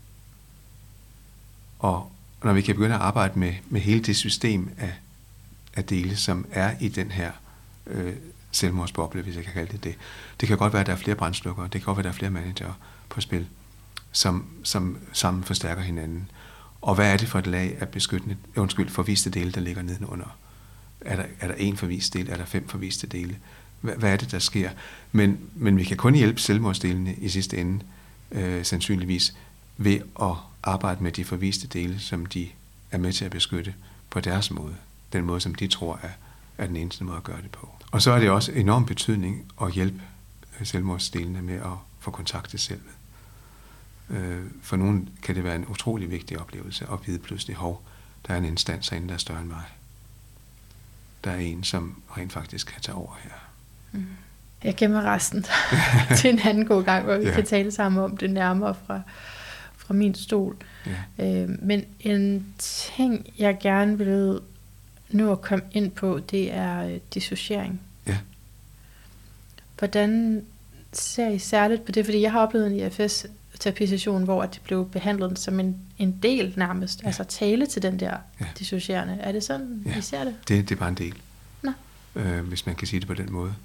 Og når vi kan begynde at arbejde med hele det system af dele, som er i den her selvmordsboble, hvis jeg kan kalde det det. Det kan godt være, at der er flere brandslukkere, det kan godt være, at der er flere manager på spil, som sammen forstærker hinanden. Og hvad er det for et lag af forviste dele, der ligger nedenunder? Er der 1 forvist del? Er der 5 forviste dele? Hvad er det, der sker? Men vi kan kun hjælpe selvmordsdelene i sidste ende, sandsynligvis, ved at arbejde med de forviste dele, som de er med til at beskytte på deres måde. Den måde, som de tror er den eneste måde at gøre det på. Og så er det også enorm betydning at hjælpe selvmordsdelene med at få kontakt til selvet. For nogen kan det være en utrolig vigtig oplevelse at vide pludselig, der er en instans herinde, der er større end mig. Der er en, som rent faktisk kan tage over her. Jeg gemmer resten til en anden god gang, hvor vi kan tale sammen om det nærmere fra min stol. Ja. Men en ting, jeg gerne vil nu at komme ind på, det er dissociering. Ja. Hvordan ser I særligt på det? Fordi jeg har oplevet en IFS-terapisession, hvor det blev behandlet som en del nærmest, altså tale til den der dissocierende. Er det sådan, I ser det? Det er bare en del. Nå. Hvis man kan sige det på den måde.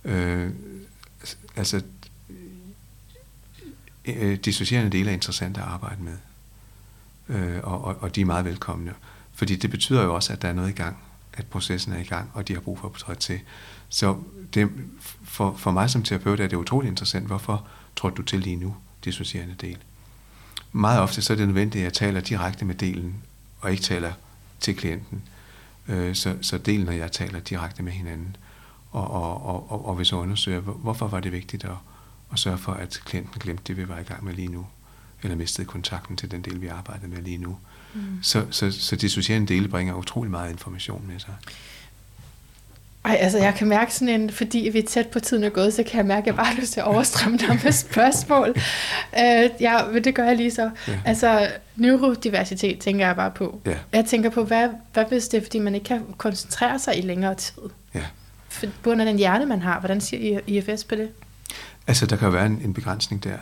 Dissocierende dele er interessant at arbejde med. Og de er meget velkomne. Fordi det betyder jo også, at der er noget i gang, at processen er i gang, og de har brug for at træde til. Så det, for mig som terapeut er det utroligt interessant, hvorfor tror du til lige nu, dissocierende del? Meget ofte så er det nødvendigt, at jeg taler direkte med delen, og ikke taler til klienten. Så delen og jeg taler direkte med hinanden, og vil så undersøge, hvorfor var det vigtigt at sørge for, at klienten glemte det, vi var i gang med lige nu, eller mistede kontakten til den del, vi arbejdede med lige nu. Så dissocierende dele bringer utrolig meget information med sig. Altså jeg kan mærke sådan en, fordi vi er tæt på tiden er gået, så kan jeg mærke, at jeg bare har lyst til at overstrømme dig med spørgsmål. Men det gør jeg lige så. Ja. Altså neurodiversitet tænker jeg bare på. Ja. Jeg tænker på, hvad hvis det er, fordi man ikke kan koncentrere sig i længere tid? Ja. For bunden af den hjerne, man har, hvordan siger IFS på det? Altså der kan jo være en begrænsning der.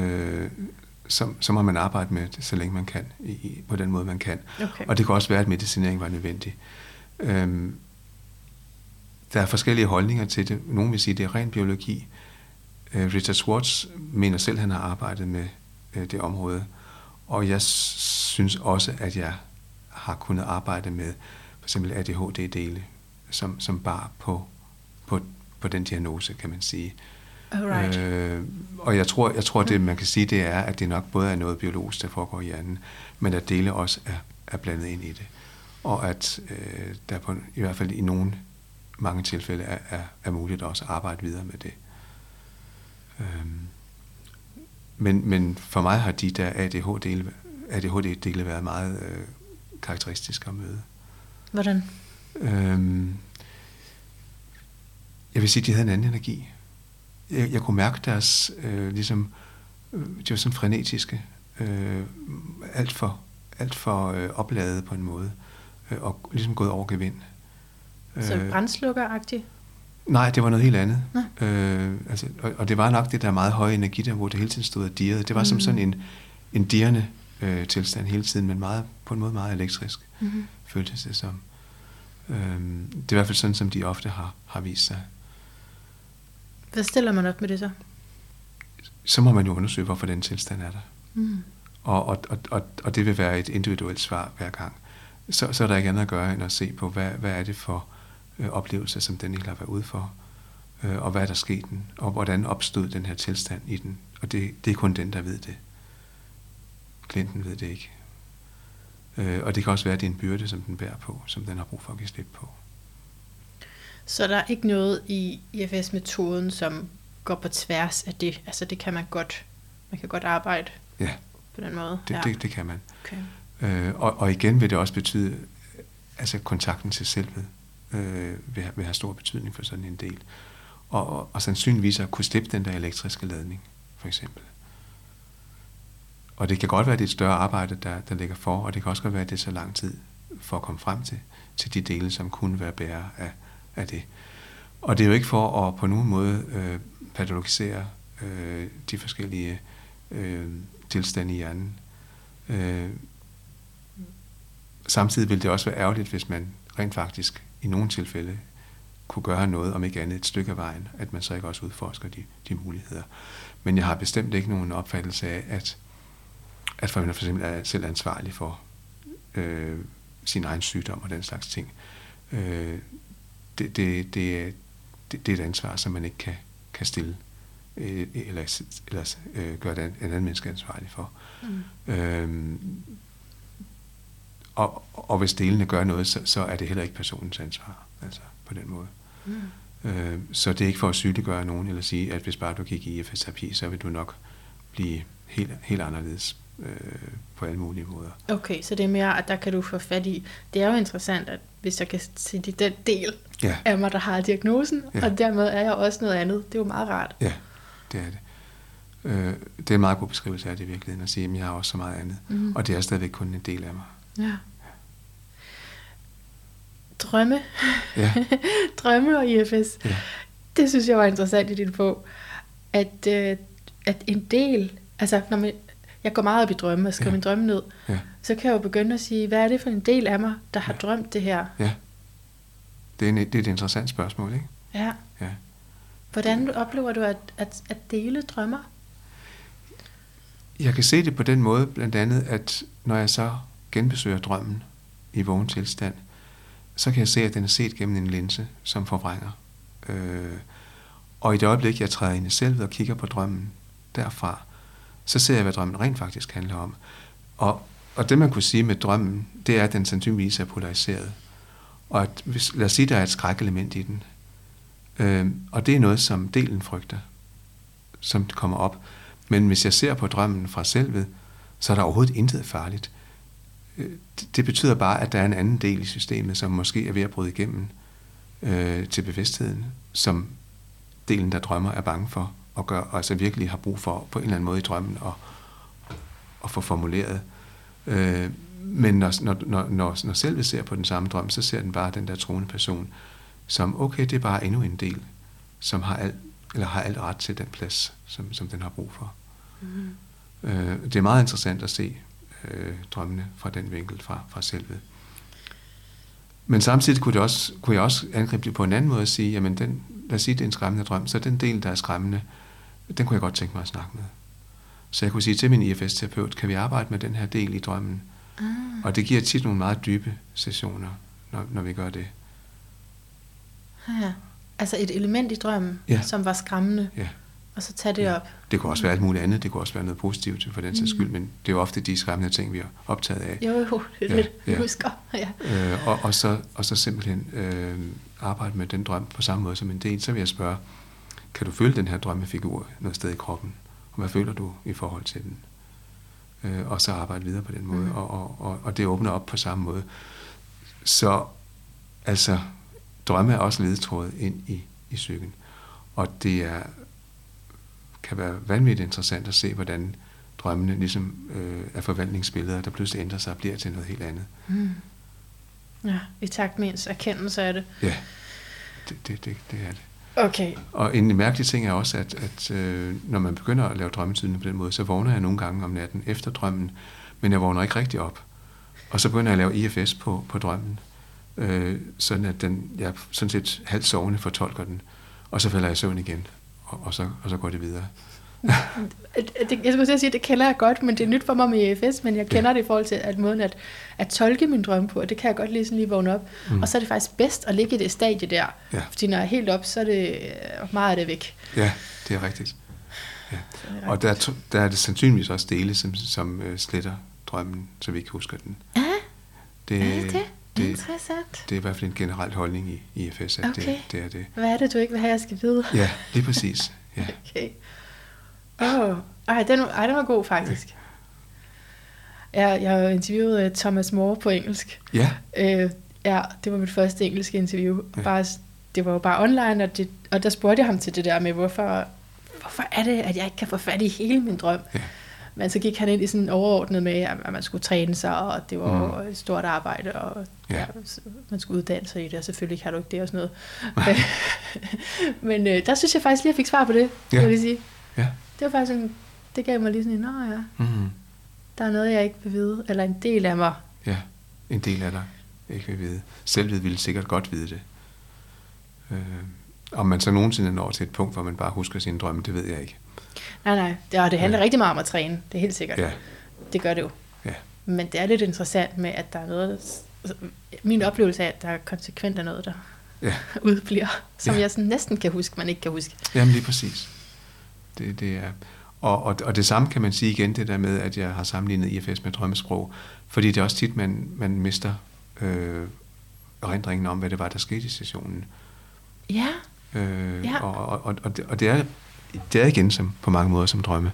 Så må man arbejde med det, så længe man kan, på den måde man kan. Okay. Og det kan også være, at medicinering var nødvendig. Der er forskellige holdninger til det. Nogle vil sige, at det er ren biologi. Richard Schwartz mener selv, at han har arbejdet med det område. Og jeg synes også, at jeg har kunnet arbejde med for eksempel ADHD-dele, som bar på den diagnose, kan man sige. Og jeg tror det man kan sige, det er, at det nok både er noget biologisk, der foregår i hjernen, men at dele også er blandet ind i det. Og at der i hvert fald i mange tilfælde er muligt også at arbejde videre med det. Men for mig har de der ADHD-dele været meget karakteristiske at møde. Hvordan? Jeg vil sige, at de havde en anden energi. Jeg kunne mærke deres, de var sådan frenetiske, alt for opladet på en måde, og ligesom gået over gevind. Så brandslukkeragtigt? Nej, det var noget helt andet. Og det var nok det der meget høje energi, der hvor det hele tiden stod og dirrede. Det var som sådan en dirrende tilstand hele tiden, men på en måde meget elektrisk, føltes det som. Det er i hvert fald sådan, som de ofte har vist sig. Hvad stiller man op med det så? Så må man jo undersøge, hvorfor den tilstand er der. Og det vil være et individuelt svar hver gang. Så er der ikke andet at gøre, end at se på, hvad er det for oplevelser, som den ikke har været ude for. og hvad der skete den, og hvordan opstod den her tilstand i den. Og det er kun den, der ved det. Klienten ved det ikke. Og det kan også være, at det er en byrde, som den bærer på, som den har brug for at give slip på. Så der er ikke noget i IFS-metoden, som går på tværs af det? Altså det kan man kan godt arbejde på den måde? Det kan man. Okay. Og igen vil det også betyde, altså kontakten til selvet vil have stor betydning for sådan en del. Og sandsynligvis at kunne slippe den der elektriske ladning, for eksempel. Og det kan godt være, at det er et større arbejde, der ligger for, og det kan også godt være, at det er så lang tid for at komme frem til de dele, som kunne være bærere af det. Og det er jo ikke for at på nogen måde patologisere de forskellige tilstande i hjernen. Samtidig vil det også være ærgerligt, hvis man rent faktisk i nogle tilfælde kunne gøre noget, om ikke andet et stykke af vejen, at man så ikke også udforsker de muligheder. Men jeg har bestemt ikke nogen opfattelse af, at man for eksempel er selv ansvarlig for sin egen sygdom og den slags ting. Det er et ansvar, som man ikke kan stille eller gøre en anden menneske ansvarlig for. Og hvis delene gør noget, så er det heller ikke personens ansvar, altså på den måde. Så det er ikke for at sygeliggøre nogen, eller sige, at hvis bare du gik i IFS-terapi, så vil du nok blive helt anderledes på alle mulige måder. Okay, så det er mere, at der kan du få fat i. Det er jo interessant, at hvis jeg kan sige, det er den del af mig, der har diagnosen, og dermed er jeg også noget andet. Det er jo meget rart. Ja, det er det. Det er en meget god beskrivelse af det i virkeligheden, at sige, at jeg har også så meget andet. Og det er stadigvæk kun en del af mig. Ja. Drømme. Drømme og IFS. Ja. Det synes jeg var interessant i din bog. At en del, altså når jeg går meget op i drømme og skriver min drømme ned, så kan jeg jo begynde at sige, hvad er det for en del af mig, der har drømt det her? Ja. Det er et interessant spørgsmål, ikke? Ja. Hvordan oplever du at dele drømmer? Jeg kan se det på den måde, blandt andet, at når jeg så genbesøger drømmen i vågen tilstand, så kan jeg se, at den er set gennem en linse, som forvrænger. Og i det øjeblik, jeg træder ind i selvet og kigger på drømmen derfra, så ser jeg, hvad drømmen rent faktisk handler om. Og det, man kunne sige med drømmen, det er, at den sandsynligvis er polariseret. Og lad os sige, der er et skrækelement i den. Og det er noget, som delen frygter, som kommer op. Men hvis jeg ser på drømmen fra selvet, så er der overhovedet intet farligt. Det betyder bare, at der er en anden del i systemet, som måske er ved at bryde igennem til bevidstheden, som delen, der drømmer, er bange for at gøre, og altså virkelig har brug for på en eller anden måde i drømmen at få formuleret. Men når selvet ser på den samme drøm, så ser den bare den der troende person, som okay, det er bare endnu en del, som har alt ret til den plads, som den har brug for. Det er meget interessant at se drømmene fra den vinkel fra selvet. Men samtidig kunne jeg også angribe det på en anden måde og sige, jamen lad os sige, det er en skræmmende drøm, så den del, der er skræmmende, den kunne jeg godt tænke mig at snakke med. Så jeg kunne sige til min IFS-terapeut, kan vi arbejde med den her del i drømmen? Og det giver tit nogle meget dybe sessioner, når vi gør det. Ja. Altså et element i drømmen, som var skræmmende, og så tage det op. Det kunne også være alt muligt andet, det kunne også være noget positivt for den sags skyld, men det er jo ofte de skræmmende ting, vi er optaget af. Jo, det er det, vi husker. Og så simpelthen arbejde med den drøm på samme måde som en del. Så vil jeg spørge, kan du føle den her drømmefigur noget sted i kroppen? Og hvad føler du i forhold til den? Og så arbejde videre på den måde. Og det åbner op på samme måde. Så altså, drømme er også ledetrådet ind i psyken. Og det kan være vanvittigt interessant at se, hvordan drømmene ligesom er forvandlingsbilleder, der pludselig ændrer sig og bliver til noget helt andet. Ja, i takt med ens erkendelse af det. Ja, det er det. Okay. Og en mærkelig ting er også, at når man begynder at lave drømmetydning på den måde, så vågner jeg nogle gange om natten efter drømmen, men jeg vågner ikke rigtig op. Og så begynder jeg at lave IFS på drømmen, sådan at jeg sådan set halvt sovende fortolker den, og så falder jeg i søvn igen, og så går det videre. Jeg skulle sige, at det kender jeg godt, men det er nyt for mig med EFS, men jeg kender det i forhold til at måden at tolke min drømme på, og det kan jeg godt lige sådan lige vågne op. Og så er det faktisk bedst at ligge i det stadie der, fordi når jeg er helt op, så er det meget af det væk. Ja, det er rigtigt. Ja. Og der er det sandsynligvis også dele, som sletter drømmen, så vi ikke husker den. Ja, det interessant. Det er i hvert fald en generel holdning i EFS, at okay. det er det. Hvad er det, du ikke vil have, jeg skal vide? Ja, lige præcis. Ja. Okay. Den var god faktisk. Jeg har interviewet Thomas More på engelsk. Ja. Det var mit første engelske interview. Ja. Det var jo bare online, og der spurgte jeg ham til det der med, hvorfor er det, at jeg ikke kan få fat i hele min drøm? Ja. Men så gik han ind i sådan overordnet med, at man skulle træne sig, og det var et stort arbejde, og man skulle uddanne sig i det, og selvfølgelig kan du ikke det og sådan noget. Men der synes jeg faktisk lige, at jeg fik svar på det, vil jeg sige. Ja. Det var faktisk sådan, det gav mig lige sådan der er noget, jeg ikke vil vide, eller en del af mig. Ja, en del af dig ikke vil vide. Selvved ville sikkert godt vide det. Om man så nogensinde når til et punkt, hvor man bare husker sine drømme, det ved jeg ikke. Nej. Det handler rigtig meget om at træne. Det er helt sikkert. Ja. Det gør det jo. Ja. Men det er lidt interessant med, at der er noget... Min oplevelse er, at der konsekvent er noget, der udbliver, som jeg sådan næsten kan huske, man ikke kan huske. Jamen lige præcis. Det er... Og det samme kan man sige igen, det der med, at jeg har sammenlignet IFS med drømmesprog, fordi det er også tit, man mister erindringen om, hvad det var, der skete i sessionen. Ja. Og det er igen som, på mange måder som drømme.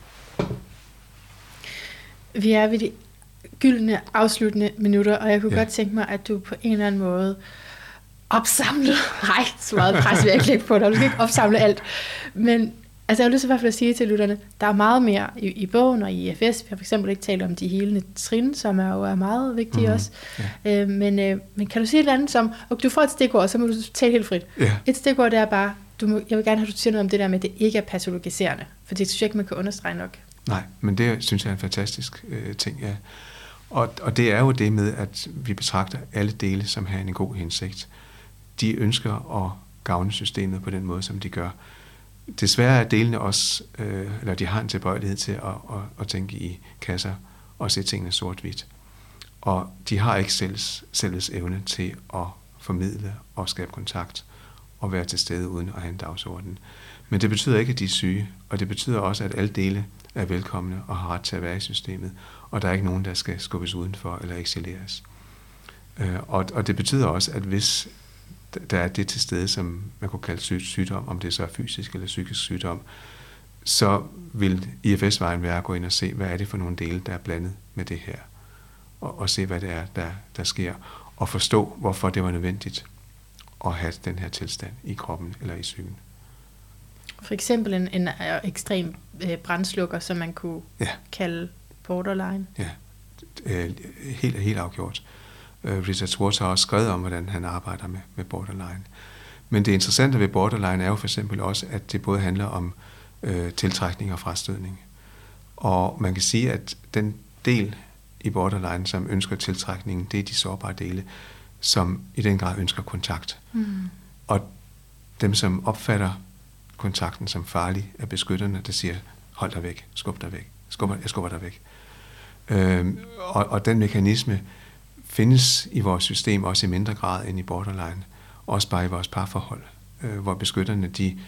Vi er ved de gyldne afsluttende minutter, og jeg kunne godt tænke mig, at du på en eller anden måde opsamler... Nej, så meget pres vil jeg ikke lægge på dig. Du skal ikke opsamle alt. Men altså, jeg har lyst til i hvert fald at sige til lytterne, der er meget mere i bogen og i IFS. Vi har for eksempel ikke talt om de helende trin, som er meget vigtige også. Ja. Men kan du sige et eller andet som... Og du får et stikord, så må du tale helt frit. Ja. Et stikord, det er bare... Jeg vil gerne have, at du siger noget om det der med, at det ikke er patologiserende. For det synes jeg ikke, man kan understrege nok. Nej, men det synes jeg er en fantastisk ting, ja. Og det er jo det med, at vi betragter alle dele, som har en god hensigt. De ønsker at gavne systemet på den måde, som de gør. Desværre er delene også, eller de har en tilbøjelighed til at tænke i kasser og se tingene sort-hvidt. Og de har ikke selvs evne til at formidle og skabe kontakt og være til stede uden at have en dagsorden. Men det betyder ikke, at de er syge, og det betyder også, at alle dele er velkomne og har ret til at være i systemet, og der er ikke nogen, der skal skubbes udenfor eller eksileres. Og det betyder også, at hvis der er det til stede, som man kunne kalde sygdom, om det så er fysisk eller psykisk sygdom, så vil IFS-vejen være at gå ind og se, hvad er det for nogle dele, der er blandet med det her, og se, hvad det er, der sker, og forstå, hvorfor det var nødvendigt at have den her tilstand i kroppen eller i psyken. For eksempel en ekstrem brandslukker, som man kunne kalde borderline. Ja, helt afgjort. Richard Schwartz har også skrevet om, hvordan han arbejder med borderline. Men det interessante ved borderline er jo for eksempel også, at det både handler om tiltrækning og frastødning. Og man kan sige, at den del i borderline, som ønsker tiltrækningen, det er de sårbare dele, som i den grad ønsker kontakt. Og dem, som opfatter kontakten som farlig, er beskytterne, der siger, hold dig væk, skub dig væk, jeg skubber dig væk. Og den mekanisme findes i vores system også i mindre grad end i borderline, også bare i vores parforhold, hvor beskytterne, de,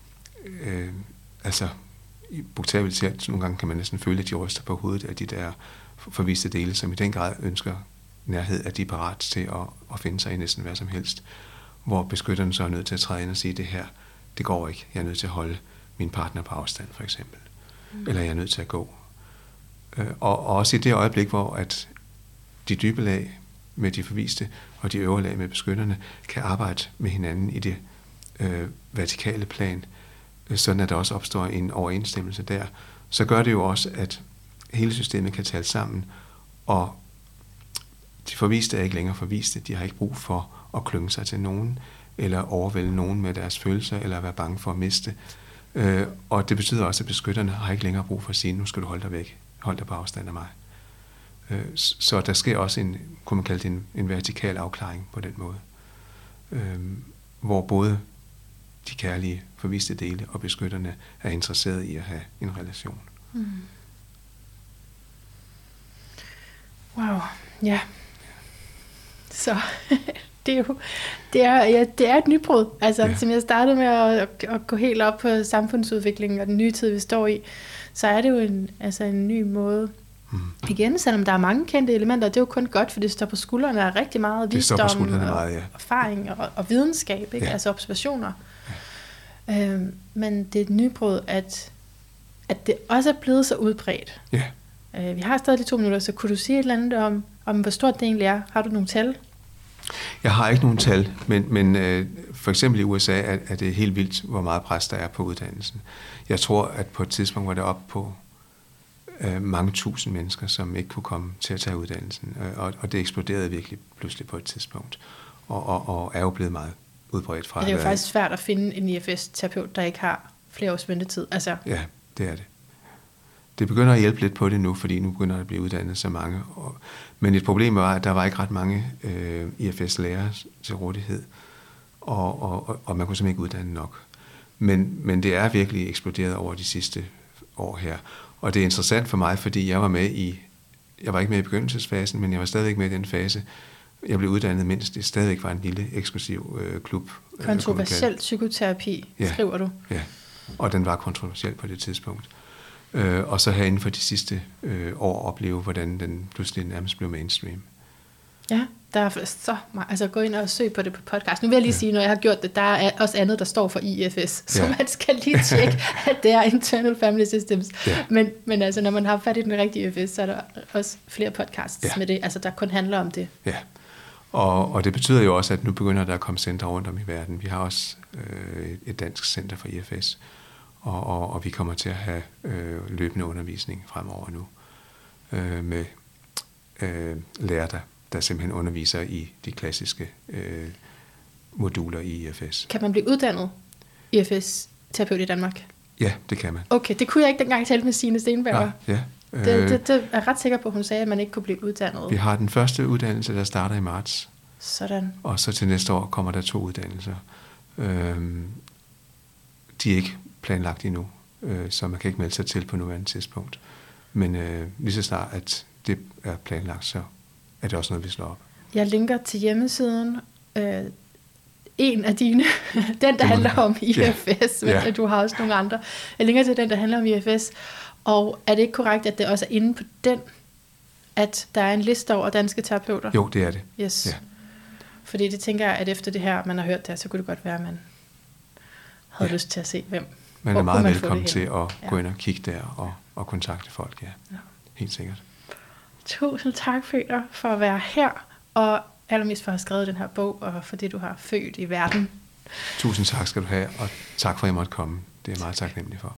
bogstaveligt talt, nogle gange kan man næsten føle, at de ryster på hovedet af de der forviste dele, som i den grad ønsker nærhed, at de er parat til at finde sig i næsten hvad som helst, hvor beskytterne så er nødt til at træde ind og sige, det her, det går ikke, jeg er nødt til at holde min partner på afstand, for eksempel, eller jeg er nødt til at gå. Og også i det øjeblik, hvor at de dybe lag med de forviste, og de øvre lag med beskytterne, kan arbejde med hinanden i det vertikale plan, sådan at der også opstår en overensstemmelse der, så gør det jo også, at hele systemet kan tale sammen, og de forviste er ikke længere forviste, de har ikke brug for at klynge sig til nogen, eller overvælde nogen med deres følelser, eller være bange for at miste. Og det betyder også, at beskytterne har ikke længere brug for at sige, nu skal du holde dig væk, hold dig på afstand af mig. Så der sker også kunne man kalde det en vertikal afklaring på den måde, hvor både de kærlige forviste dele, og beskytterne er interesseret i at have en relation. Wow, ja. Så det er et nybrud. Altså, som jeg startede med at gå helt op på samfundsudviklingen og den nye tid, vi står i, så er det jo en ny måde. Igen, selvom der er mange kendte elementer, det er jo kun godt, for det står på skuldrene af rigtig meget visdom og erfaring og videnskab, ikke? Altså observationer. Ja. Men det er et nybrud, at det også er blevet så udbredt. Ja. Vi har stadig de 2 minutter, så kunne du sige et eller andet om hvor stort det egentlig er? Har du nogle tal? Jeg har ikke nogen tal, men for eksempel i USA er det helt vildt, hvor meget pres der er på uddannelsen. Jeg tror, at på et tidspunkt var det op på mange tusind mennesker, som ikke kunne komme til at tage uddannelsen. Og det eksploderede virkelig pludselig på et tidspunkt. Og er jo blevet meget udbredt fra. Det er jo faktisk svært at finde en IFS-terapeut, der ikke har flere års ventetid. Altså. Ja, det er det. Det begynder at hjælpe lidt på det nu, fordi nu begynder der at blive uddannet så mange. Men et problem var, at der var ikke ret mange IFS-lærere til rådighed, og man kunne simpelthen ikke uddanne nok. Men det er virkelig eksploderet over de sidste år her. Og det er interessant for mig, fordi jeg var ikke med i begyndelsesfasen, men jeg var stadigvæk med i den fase. Jeg blev uddannet, mens det stadigvæk var en lille eksklusiv klub. Kontroversiel psykoterapi, skriver du. Ja, og den var kontroversiel på det tidspunkt. Og så herinde for de sidste år opleve, hvordan den pludselig nærmest blev mainstream. Ja, der er så meget. Altså gå ind og søg på det på podcast. Nu vil jeg lige sige, når jeg har gjort det, der er også andet, der står for IFS. Så man skal lige tjekke, at det er Internal Family Systems. Ja. Men altså, når man har fat i den rigtige IFS, så er der også flere podcasts med det, altså der kun handler om det. Ja, og det betyder jo også, at nu begynder der at komme centre rundt om i verden. Vi har også et dansk center for IFS, og vi kommer til at have løbende undervisning fremover nu med lærere, der simpelthen underviser i de klassiske moduler i IFS. Kan man blive uddannet IFS-terapeut i Danmark? Ja, det kan man. Okay, det kunne jeg ikke dengang tale med Signe Stenberger. Ja. Det er jeg ret sikker på, hun sagde, at man ikke kunne blive uddannet. Vi har den første uddannelse, der starter i marts. Sådan. Og så til næste år kommer der 2 uddannelser. De er ikke planlagt endnu, så man kan ikke melde sig til på nuværende tidspunkt. Men lige så snart, at det er planlagt, så er det også noget, vi slår op. Jeg linker til hjemmesiden. En af dine, den der handler om IFS, men du har også nogle andre. Jeg linker til den, der handler om IFS. Og er det ikke korrekt, at det også er inde på den, at der er en liste over danske terapeuter? Jo, det er det. Yes. Ja. Fordi det tænker jeg, at efter det her, man har hørt det, så kunne det godt være, at man havde lyst til at se, hvem. Man er meget velkommen til at gå ind og kigge der og kontakte folk, ja. Helt sikkert. Tusind tak, Peter, for at være her, og allermest for at have skrevet den her bog, og for det, du har født i verden. Tusind tak skal du have, og tak for, at jeg måtte komme. Det er jeg meget taknemmelig for.